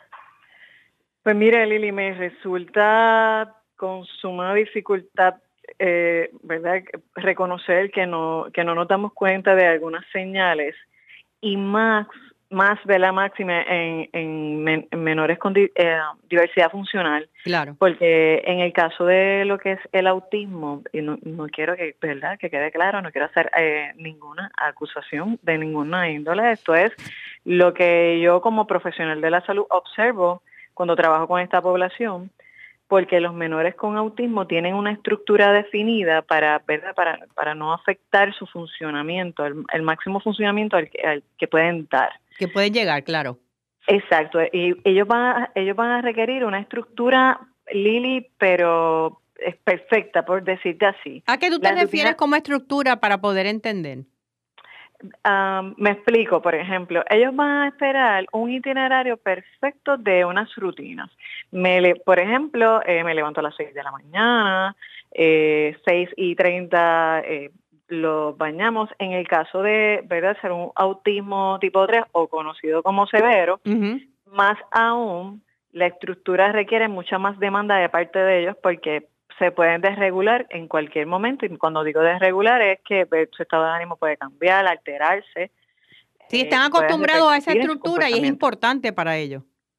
Pues mire, Lili, me resulta con suma dificultad, eh, ¿verdad?, reconocer que no que no nos damos cuenta de algunas señales, y más, más de la máxima en, en, men, en menores con di, eh, diversidad funcional. Claro. Porque en el caso de lo que es el autismo, y no, no quiero que, ¿verdad?, que quede claro, no quiero hacer eh, ninguna acusación de ninguna índole. Esto es lo que yo como profesional de la salud observo cuando trabajo con esta población, porque los menores con autismo tienen una estructura definida para, ¿verdad?, para, para no afectar su funcionamiento, el, el máximo funcionamiento al que, al que pueden dar. Que pueden llegar, claro. Exacto, y ellos van a, ellos van a requerir una estructura, Lili, pero es perfecta, por decirte así. ¿A qué tú te refieres rutina, como estructura para poder entender? Um, me explico, por ejemplo, ellos van a esperar un itinerario perfecto de unas rutinas. Me le, por ejemplo, eh, me levanto a las seis de la mañana, eh, seis y treinta eh, los bañamos. En el caso de, ¿verdad?, ser un autismo tipo tres o conocido como severo, uh-huh. más aún, la estructura requiere mucha más demanda de parte de ellos porque se pueden desregular en cualquier momento. Y cuando digo desregular es que su estado de ánimo puede cambiar, alterarse. Sí, están eh, acostumbrados a esa estructura y es importante para ellos.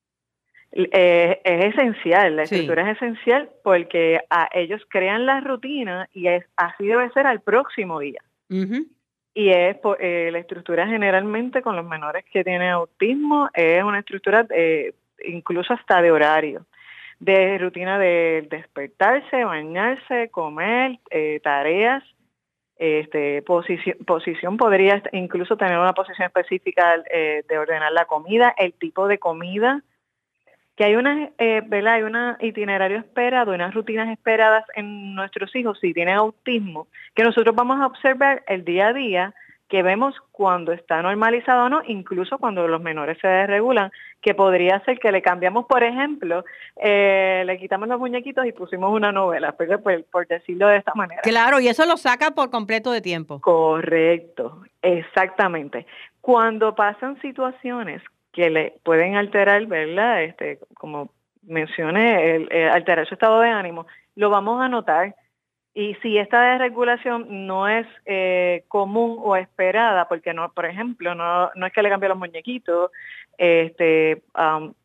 Eh, es esencial, la estructura sí. es esencial porque a ellos crean la rutina y es así debe ser al próximo día. Uh-huh. Y es eh, la estructura generalmente con los menores que tienen autismo es una estructura eh, incluso hasta de horario, de rutina de despertarse, bañarse, comer, eh, tareas, este, posición, posición podría incluso tener una posición específica eh, de ordenar la comida, el tipo de comida, que hay una, eh, ¿verdad? Hay un itinerario esperado, unas rutinas esperadas en nuestros hijos si tienen autismo, que nosotros vamos a observar el día a día, que vemos cuando está normalizado o no, incluso cuando los menores se desregulan, que podría ser que le cambiamos, por ejemplo, eh, le quitamos los muñequitos y pusimos una novela, por, por, por decirlo de esta manera. Claro, y eso lo saca por completo de tiempo. Correcto, exactamente. Cuando pasan situaciones que le pueden alterar, ¿verdad?, este, como mencioné, el, el alterar su estado de ánimo, lo vamos a notar. Y si esta desregulación no es eh, común o esperada, porque no, por ejemplo, no, no es que le cambie los muñequitos, este, um,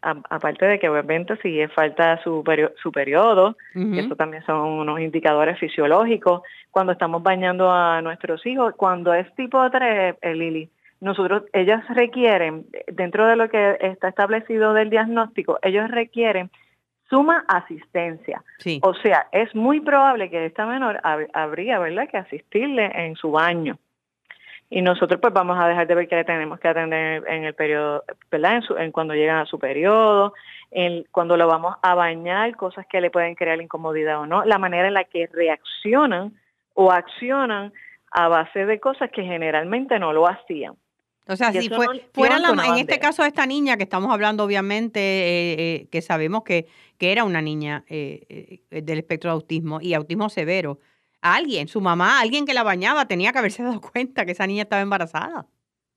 a, aparte de que obviamente si es falta su, perio, su periodo, uh-huh. eso también son unos indicadores fisiológicos, cuando estamos bañando a nuestros hijos, cuando es tipo tres, eh, Lili, nosotros, ellas requieren, dentro de lo que está establecido del diagnóstico, ellos requieren suma asistencia. Sí. O sea, es muy probable que esta menor hab- habría, ¿verdad?, que asistirle en su baño. Y nosotros pues vamos a dejar de ver que le tenemos que atender en el periodo, ¿verdad?, en, su, en cuando llegan a su periodo, en, cuando lo vamos a bañar, cosas que le pueden crear incomodidad o no, la manera en la que reaccionan o accionan a base de cosas que generalmente no lo hacían. O sea, y si fue, no, fuera la, en este caso de esta niña, que estamos hablando obviamente, eh, eh, que sabemos que, que era una niña eh, eh, del espectro de autismo y autismo severo, alguien, su mamá, alguien que la bañaba, tenía que haberse dado cuenta que esa niña estaba embarazada.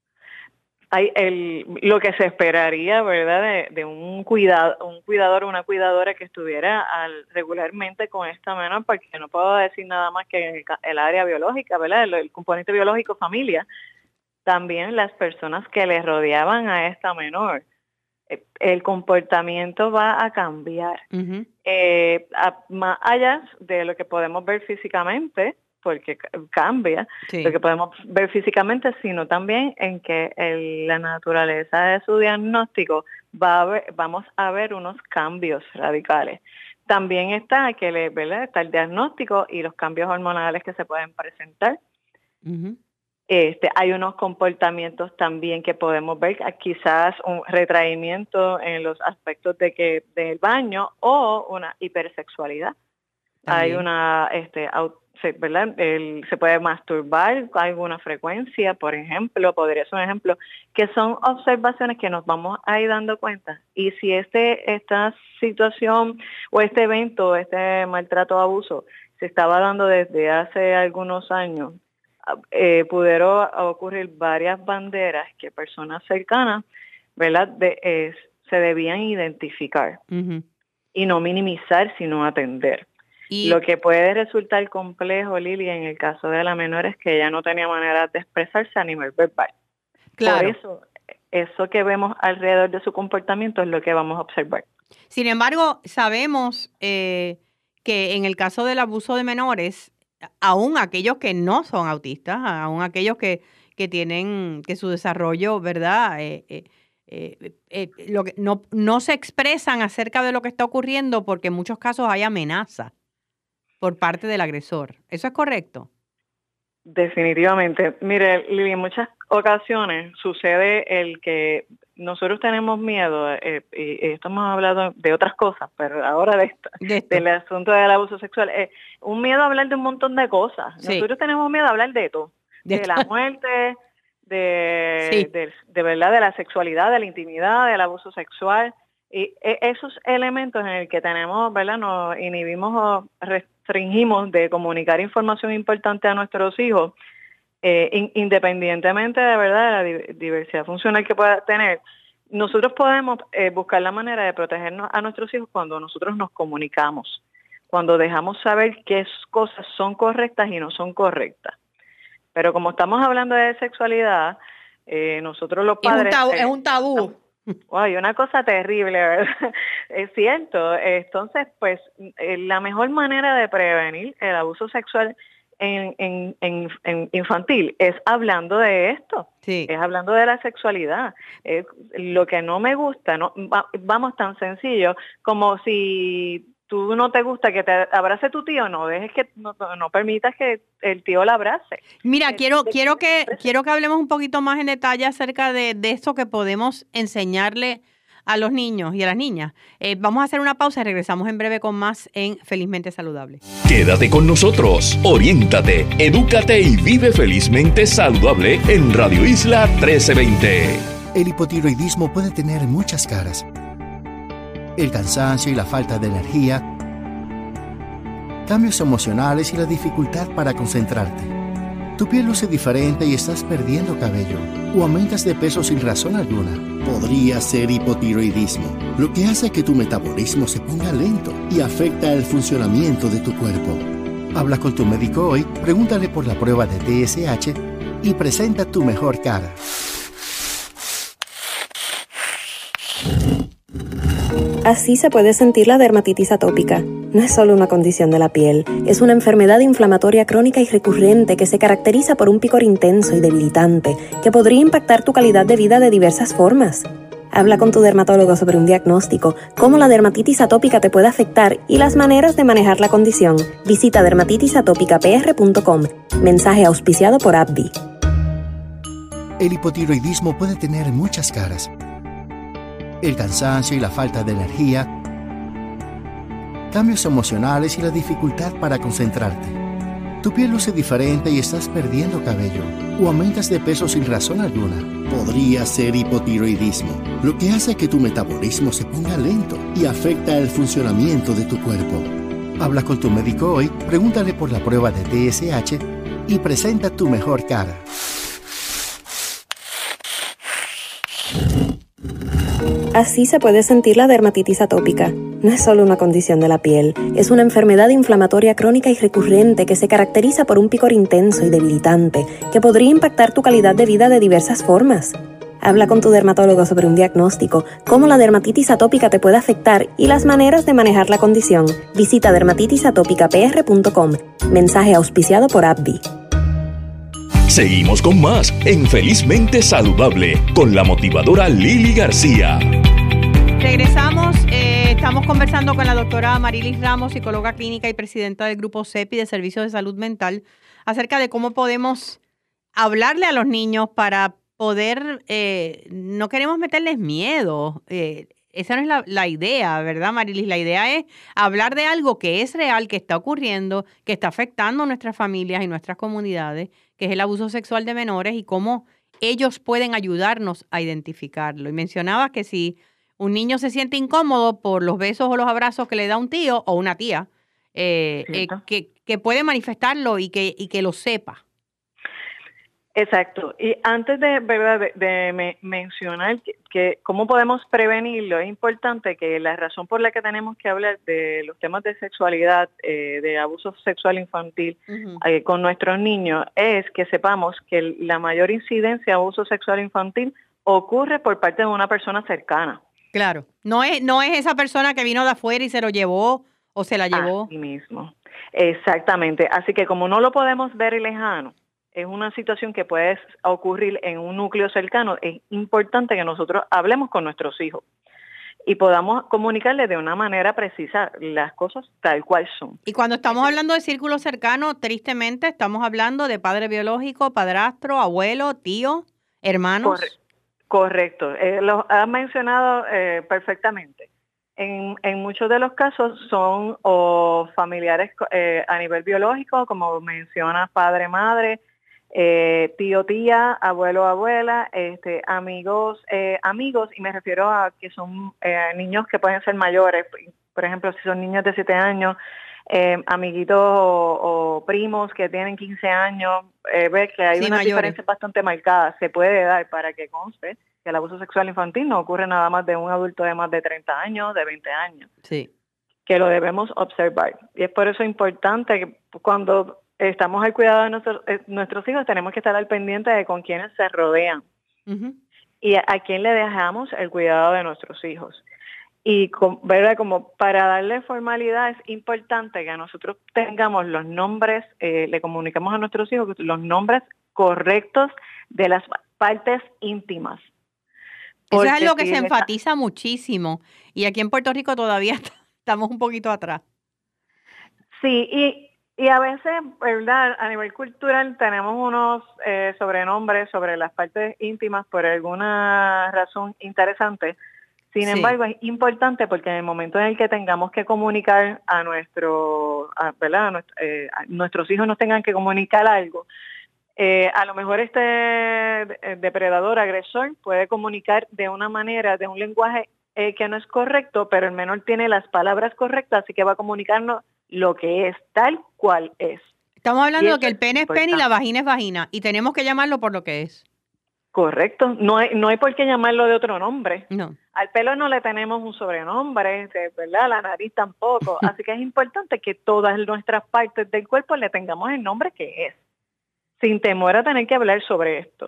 Hay el, lo que se esperaría, ¿verdad?, de, de un cuidado, un cuidador o una cuidadora que estuviera al, regularmente con esta menor, porque no puedo decir nada más que el, el área biológica, ¿verdad?, el, el componente biológico familia. También las personas que le rodeaban a esta menor, el comportamiento va a cambiar. Uh-huh. Eh, a, más allá de lo que podemos ver físicamente, porque cambia, sí. lo que podemos ver físicamente, sino también en que el, la naturaleza de su diagnóstico va a ver, vamos a ver unos cambios radicales. También está que le, ¿verdad?, está el diagnóstico y los cambios hormonales que se pueden presentar. Uh-huh. Este, hay unos comportamientos también que podemos ver, quizás un retraimiento en los aspectos de que del baño o una hipersexualidad. También. Hay una, este, ¿verdad? El, se puede masturbar con alguna frecuencia, por ejemplo, podría ser un ejemplo, que son observaciones que nos vamos a ir dando cuenta. Y si este esta situación o este evento, este maltrato o abuso se estaba dando desde hace algunos años, Eh, pudieron ocurrir varias banderas que personas cercanas, ¿verdad?, de, eh, se debían identificar uh-huh. y no minimizar, sino atender. Y lo que puede resultar complejo, Lili, en el caso de la menor es que ella no tenía manera de expresarse a nivel verbal. Claro. Por eso, eso que vemos alrededor de su comportamiento es lo que vamos a observar. Sin embargo, sabemos eh, que en el caso del abuso de menores, aún aquellos que no son autistas, aún aquellos que, que tienen que su desarrollo, ¿verdad?, eh, eh, eh, eh, lo que, no, no se expresan acerca de lo que está ocurriendo porque en muchos casos hay amenaza por parte del agresor. ¿Eso es correcto? Definitivamente. Mire, Lili, en muchas ocasiones sucede el que nosotros tenemos miedo, eh, y esto hemos hablado de otras cosas, pero ahora de esto, de esto. del asunto del abuso sexual, eh, un miedo a hablar de un montón de cosas. Sí. Nosotros tenemos miedo a hablar de todo, de, de la muerte, de, sí. de, de verdad, de la sexualidad, de la intimidad, del abuso sexual, y eh, esos elementos en el que tenemos, ¿verdad?, nos inhibimos o restringimos de comunicar información importante a nuestros hijos. Eh, in, independientemente de verdad de la di- diversidad funcional que pueda tener, nosotros podemos eh, buscar la manera de protegernos a nuestros hijos cuando nosotros nos comunicamos, cuando dejamos saber qué cosas son correctas y no son correctas. Pero como estamos hablando de sexualidad, eh, nosotros los padres... Es un tabú. Eh, es un tabú. Ay, una cosa terrible, ¿verdad? Es cierto. Entonces, pues, eh, la mejor manera de prevenir el abuso sexual En, en, en, en infantil es hablando de esto, sí. es hablando de la sexualidad. Eh, lo que no me gusta, no va, vamos tan sencillo como si tú no te gusta que te abrace tu tío, no dejes que no, no permitas que el tío la abrace. Mira, eh, quiero de, quiero de, que quiero que hablemos un poquito más en detalle acerca de, de eso que podemos enseñarle a los niños y a las niñas. Eh, vamos a hacer una pausa y regresamos en breve con más en Felizmente Saludable. Quédate con nosotros, oriéntate, edúcate y vive felizmente saludable en Radio Isla trece veinte. El hipotiroidismo puede tener muchas caras. El cansancio y la falta de energía, cambios emocionales y la dificultad para concentrarte. Tu piel luce diferente y estás perdiendo cabello o aumentas de peso sin razón alguna. Podría ser hipotiroidismo, lo que hace que tu metabolismo se ponga lento y afecta el funcionamiento de tu cuerpo. Habla con tu médico hoy, pregúntale por la prueba de T S H y presenta tu mejor cara. Así se puede sentir la dermatitis atópica. No es solo una condición de la piel, es una enfermedad inflamatoria crónica y recurrente que se caracteriza por un picor intenso y debilitante que podría impactar tu calidad de vida de diversas formas. Habla con tu dermatólogo sobre un diagnóstico, cómo la dermatitis atópica te puede afectar y las maneras de manejar la condición. Visita dermatitis atópica p r punto com. Mensaje auspiciado por AbbVie. El hipotiroidismo puede tener muchas caras. El cansancio y la falta de energía, cambios emocionales y la dificultad para concentrarte. Tu piel luce diferente y estás perdiendo cabello o aumentas de peso sin razón alguna. Podría ser hipotiroidismo, lo que hace que tu metabolismo se ponga lento y afecta el funcionamiento de tu cuerpo. Habla con tu médico hoy, pregúntale por la prueba de T S H y presenta tu mejor cara. Así se puede sentir la dermatitis atópica. No es solo una condición de la piel, es una enfermedad inflamatoria crónica y recurrente que se caracteriza por un picor intenso y debilitante que podría impactar tu calidad de vida de diversas formas. Habla con tu dermatólogo sobre un diagnóstico, cómo la dermatitis atópica te puede afectar y las maneras de manejar la condición. Visita dermatitis atópica p r punto com. Mensaje auspiciado por AbbVie. Seguimos con más en Felizmente Saludable con la motivadora Lili García. Regresamos, eh, estamos conversando con la doctora Marilis Ramos, psicóloga clínica y presidenta del grupo CEPI de Servicios de Salud Mental, acerca de cómo podemos hablarle a los niños para poder, eh, no queremos meterles miedo, eh, esa no es la, la idea, ¿verdad, Marilis? La idea es hablar de algo que es real, que está ocurriendo, que está afectando a nuestras familias y nuestras comunidades, que es el abuso sexual de menores y cómo ellos pueden ayudarnos a identificarlo. Y mencionabas que si un niño se siente incómodo por los besos o los abrazos que le da un tío o una tía, eh, eh, que, que puede manifestarlo y que, y que lo sepa. Exacto. Y antes de, ¿verdad? de, de me, mencionar que, que cómo podemos prevenirlo, es importante que la razón por la que tenemos que hablar de los temas de sexualidad, eh, de abuso sexual infantil uh-huh. eh, con nuestros niños, es que sepamos que la mayor incidencia de abuso sexual infantil ocurre por parte de una persona cercana. Claro. No es, no es esa persona que vino de afuera y se lo llevó o se la llevó. Así mismo. Exactamente. Así que como no lo podemos ver lejano, es una situación que puede ocurrir en un núcleo cercano, es importante que nosotros hablemos con nuestros hijos y podamos comunicarles de una manera precisa las cosas tal cual son. Y cuando estamos hablando de círculo cercano, tristemente estamos hablando de padre biológico, padrastro, abuelo, tío, hermanos. Corre- correcto, eh, lo has mencionado eh, perfectamente. En, en muchos de los casos son o familiares eh, a nivel biológico, como mencionas, padre, madre, Eh, tío, tía, abuelo, abuela, este, amigos, eh, amigos, y me refiero a que son eh, niños que pueden ser mayores, por ejemplo, si son niños de siete años, eh, amiguitos o, o primos que tienen quince años, eh, ves que hay sí, una diferencia bastante marcada, se puede dar para que conste que el abuso sexual infantil no ocurre nada más de un adulto de más de treinta años, de veinte años, sí. que lo debemos observar. Y es por eso importante que cuando estamos al cuidado de nuestros, eh, nuestros hijos, tenemos que estar al pendiente de con quienes se rodean uh-huh. y a, a quién le dejamos el cuidado de nuestros hijos. Y con, ¿verdad? Como para darle formalidad es importante que nosotros tengamos los nombres, eh, le comuniquemos a nuestros hijos los nombres correctos de las partes íntimas. Eso es algo que si se enfatiza está... muchísimo y aquí en Puerto Rico todavía estamos un poquito atrás. Sí, y Y a veces, ¿verdad? A nivel cultural tenemos unos eh, sobrenombres sobre las partes íntimas por alguna razón interesante. Sin sí. embargo, es importante porque en el momento en el que tengamos que comunicar a nuestro, a, ¿verdad? A nuestro, eh, a nuestros hijos nos tengan que comunicar algo, eh, a lo mejor este depredador, agresor, puede comunicar de una manera, de un lenguaje eh, que no es correcto, pero el menor tiene las palabras correctas, así que va a comunicarnos lo que es, tal cual es. Estamos hablando de que el pene es pene y la vagina es vagina, y tenemos que llamarlo por lo que es. Correcto, no hay, no hay por qué llamarlo de otro nombre. No. Al pelo no le tenemos un sobrenombre, ¿verdad? La nariz tampoco, así que es importante que todas nuestras partes del cuerpo le tengamos el nombre que es, sin temor a tener que hablar sobre esto.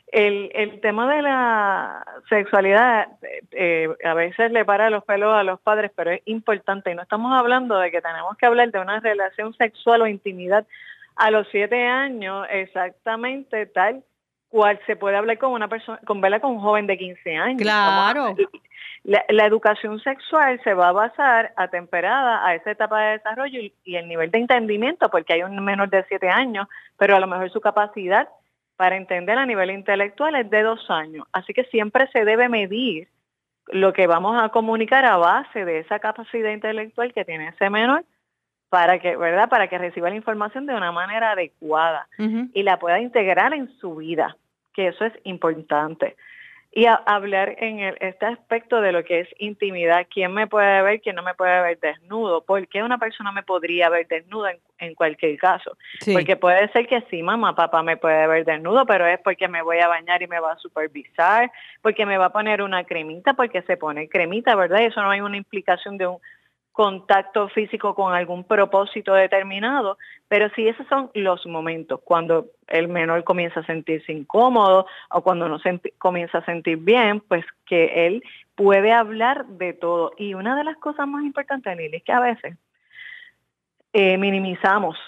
El, el tema de la sexualidad eh, a veces le para los pelos a los padres, pero es importante. Y no estamos hablando de que tenemos que hablar de una relación sexual o intimidad a los siete años, exactamente tal cual se puede hablar con una persona, con verla con un joven de quince años. Claro. La, la educación sexual se va a basar atemperada a esa etapa de desarrollo y, y el nivel de entendimiento, porque hay un menor de siete años, pero a lo mejor su capacidad para entender a nivel intelectual es de dos años. Así que siempre se debe medir lo que vamos a comunicar a base de esa capacidad intelectual que tiene ese menor para que, ¿verdad? Para que reciba la información de una manera adecuada uh-huh. y la pueda integrar en su vida, que eso es importante. Y a, hablar en el, este aspecto de lo que es intimidad, quién me puede ver, quién no me puede ver desnudo, por qué una persona me podría ver desnuda en, en cualquier caso. Sí. Porque puede ser que sí, mamá, papá me puede ver desnudo, pero es porque me voy a bañar y me va a supervisar, porque me va a poner una cremita, porque se pone cremita, ¿verdad? Y eso no hay una implicación de un contacto físico con algún propósito determinado, pero sí esos son los momentos cuando el menor comienza a sentirse incómodo o cuando no se comienza a sentir bien, pues que él puede hablar de todo. Y una de las cosas más importantes, Lili, es que a veces eh, minimizamos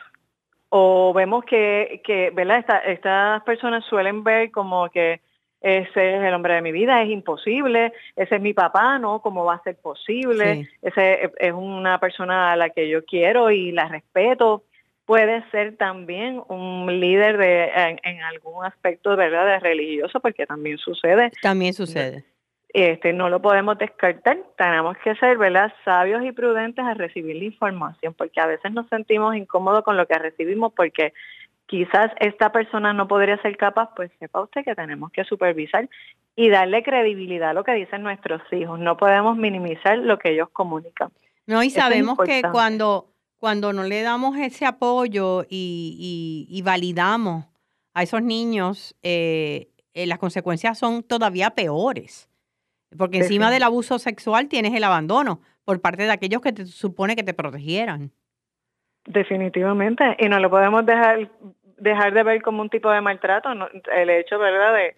o vemos que, que ¿verdad? Esta, estas personas suelen ver como que ese es el hombre de mi vida, es imposible, ese es mi papá, ¿no? ¿Cómo va a ser posible? Sí. Ese es una persona a la que yo quiero y la respeto. Puede ser también un líder de en, en algún aspecto, ¿verdad?, de religioso, porque también sucede. También sucede. Este, no lo podemos descartar. Tenemos que ser, ¿verdad?, sabios y prudentes al recibir la información, porque a veces nos sentimos incómodos con lo que recibimos porque quizás esta persona no podría ser capaz, pues sepa usted que tenemos que supervisar y darle credibilidad a lo que dicen nuestros hijos. No podemos minimizar lo que ellos comunican. No, y sabemos que cuando, cuando no le damos ese apoyo y, y, y validamos a esos niños, eh, eh, las consecuencias son todavía peores. Porque encima del abuso sexual tienes el abandono por parte de aquellos que te supone que te protegieran. Definitivamente, y no lo podemos dejar dejar de ver como un tipo de maltrato. No, el hecho, ¿verdad?, de,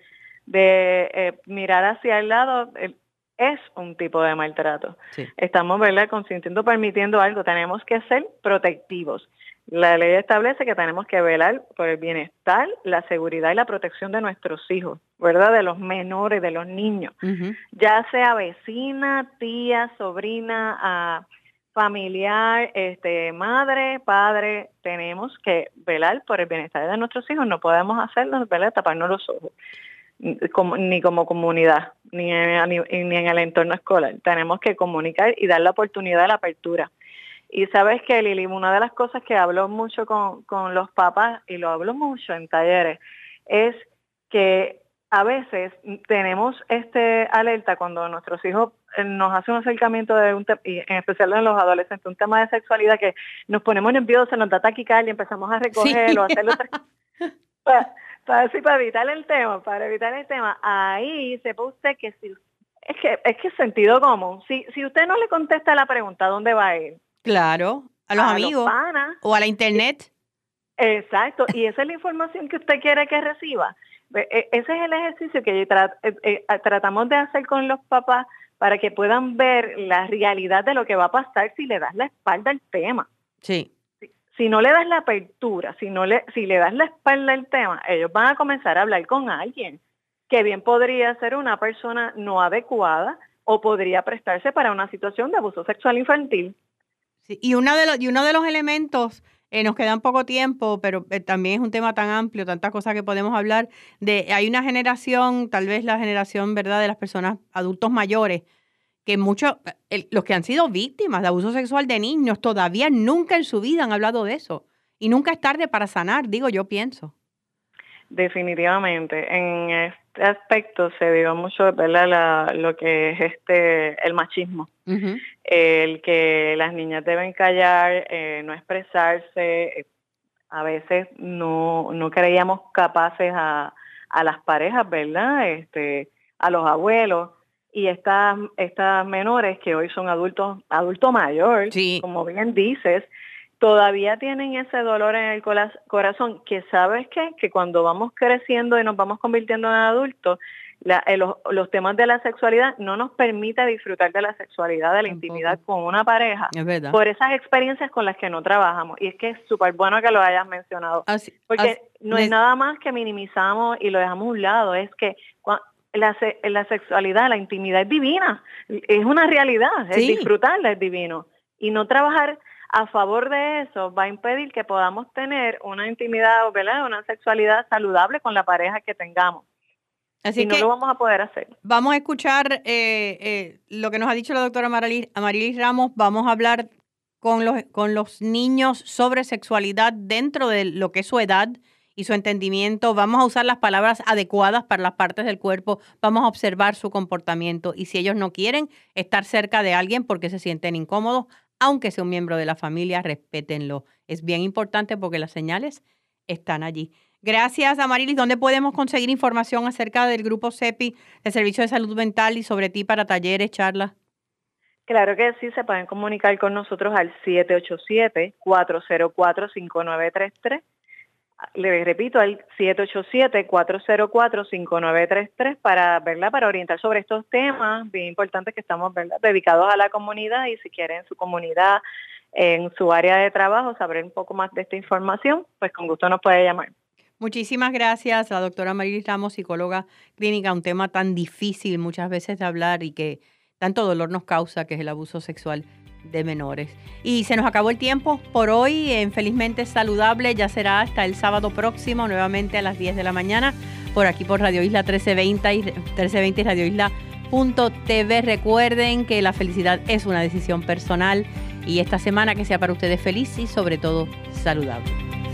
de eh, mirar hacia el lado eh, es un tipo de maltrato. Sí. Estamos, ¿verdad?, consintiendo, permitiendo algo. Tenemos que ser protectivos. La ley establece que tenemos que velar por el bienestar, la seguridad y la protección de nuestros hijos, ¿verdad?, de los menores, de los niños, uh-huh. ya sea vecina, tía, sobrina, uh, familiar, este, madre, padre. Tenemos que velar por el bienestar de nuestros hijos. No podemos hacerlo, ¿verdad?, taparnos los ojos, como, ni como comunidad, ni en, ni, ni en el entorno escolar. Tenemos que comunicar y dar la oportunidad de la apertura. Y sabes que, Lili, una de las cosas que hablo mucho con, con los papás, y lo hablo mucho en talleres, es que a veces tenemos este alerta cuando nuestros hijos nos hacen un acercamiento de un tema, y en especial en los adolescentes, un tema de sexualidad que nos ponemos nerviosos, nos da taquicardia y empezamos a recogerlo, sí. a hacerlo para, para, para evitar el tema, para evitar el tema. Ahí sepa usted que si es que es que es sentido común. Si si usted no le contesta la pregunta, ¿dónde va a ir? Claro, a los a amigos los panas, o a la internet. Exacto, y esa es la información que usted quiere que reciba. Ese es el ejercicio que tra- eh, eh, tratamos de hacer con los papás para que puedan ver la realidad de lo que va a pasar si le das la espalda al tema. Sí. Si, si no le das la apertura, si no le, si le das la espalda al tema, ellos van a comenzar a hablar con alguien que bien podría ser una persona no adecuada o podría prestarse para una situación de abuso sexual infantil. Sí, y, una de los, y uno de los elementos, eh, nos queda poco tiempo, pero eh, también es un tema tan amplio, tantas cosas que podemos hablar, de hay una generación, tal vez la generación, ¿verdad?, de las personas adultos mayores, que muchos, eh, los que han sido víctimas de abuso sexual de niños, todavía nunca en su vida han hablado de eso. Y nunca es tarde para sanar, digo yo, pienso. Definitivamente. En este aspecto se vive mucho, ¿verdad?, la, lo que es este el machismo. Uh-huh. El que las niñas deben callar, eh, no expresarse. A veces no, no creíamos capaces a, a las parejas, ¿verdad?, este, a los abuelos. Y estas, estas menores que hoy son adultos, adulto mayor, sí. como bien dices, todavía tienen ese dolor en el corazón, que sabes qué, que cuando vamos creciendo y nos vamos convirtiendo en adultos, la, eh, los, los temas de la sexualidad no nos permite disfrutar de la sexualidad, de la Tampoco. intimidad con una pareja, por esas experiencias con las que no trabajamos. Y es que es súper bueno que lo hayas mencionado, así, porque así, no es nada más que minimizamos y lo dejamos a un lado, es que la, la sexualidad, la intimidad es divina, es una realidad, sí. es disfrutarla, es divino. Y no trabajar a favor de eso va a impedir que podamos tener una intimidad, ¿verdad?, una sexualidad saludable con la pareja que tengamos. Así y no que lo vamos a poder hacer. Vamos a escuchar eh, eh, lo que nos ha dicho la doctora Amarilis, Amarilis Ramos. Vamos a hablar con los, con los niños sobre sexualidad dentro de lo que es su edad y su entendimiento. Vamos a usar las palabras adecuadas para las partes del cuerpo. Vamos a observar su comportamiento. Y si ellos no quieren estar cerca de alguien porque se sienten incómodos, aunque sea un miembro de la familia, respétenlo. Es bien importante porque las señales están allí. Gracias, Amarilis. ¿Dónde podemos conseguir información acerca del Grupo CEPI, de Servicio de Salud Mental, y sobre ti para talleres, charlas? Claro que sí, se pueden comunicar con nosotros al siete ocho siete, cuatro cero cuatro, cinco nueve tres tres. Le repito, al siete ocho siete, cuatro cero cuatro, cinco nueve tres tres para, ¿verdad?, para orientar sobre estos temas bien importantes que estamos, ¿verdad?, dedicados a la comunidad. Y si quieren en su comunidad, en su área de trabajo, saber un poco más de esta información, pues con gusto nos puede llamar. Muchísimas gracias, la doctora Amarilis Ramos, psicóloga clínica, un tema tan difícil muchas veces de hablar y que tanto dolor nos causa, que es el abuso sexual de menores. Y se nos acabó el tiempo por hoy en Felizmente Saludable. Ya será hasta el sábado próximo, nuevamente a las diez de la mañana, por aquí por Radio Isla trece veinte y trece veinte y Radio Isla punto t v. Recuerden que la felicidad es una decisión personal y esta semana que sea para ustedes feliz y sobre todo saludable.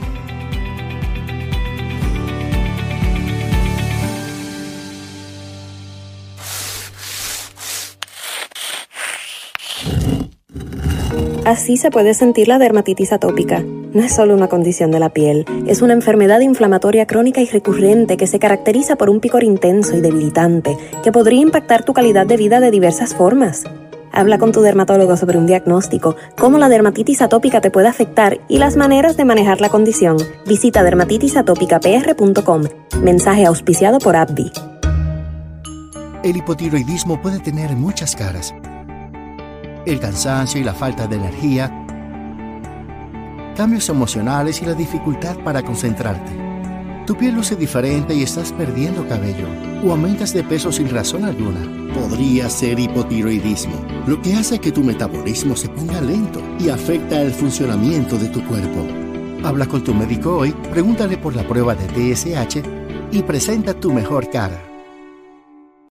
Así se puede sentir la dermatitis atópica. No es solo una condición de la piel, es una enfermedad inflamatoria crónica y recurrente que se caracteriza por un picor intenso y debilitante que podría impactar tu calidad de vida de diversas formas. Habla con tu dermatólogo sobre un diagnóstico, cómo la dermatitis atópica te puede afectar y las maneras de manejar la condición. Visita dermatitis atópica p r punto com. Mensaje auspiciado por AbbVie. El hipotiroidismo puede tener muchas caras. El cansancio y la falta de energía, cambios emocionales y la dificultad para concentrarte. Tu piel luce diferente y estás perdiendo cabello o aumentas de peso sin razón alguna. Podría ser hipotiroidismo, lo que hace que tu metabolismo se ponga lento y afecta el funcionamiento de tu cuerpo. Habla con tu médico hoy, pregúntale por la prueba de T S H y presenta tu mejor cara.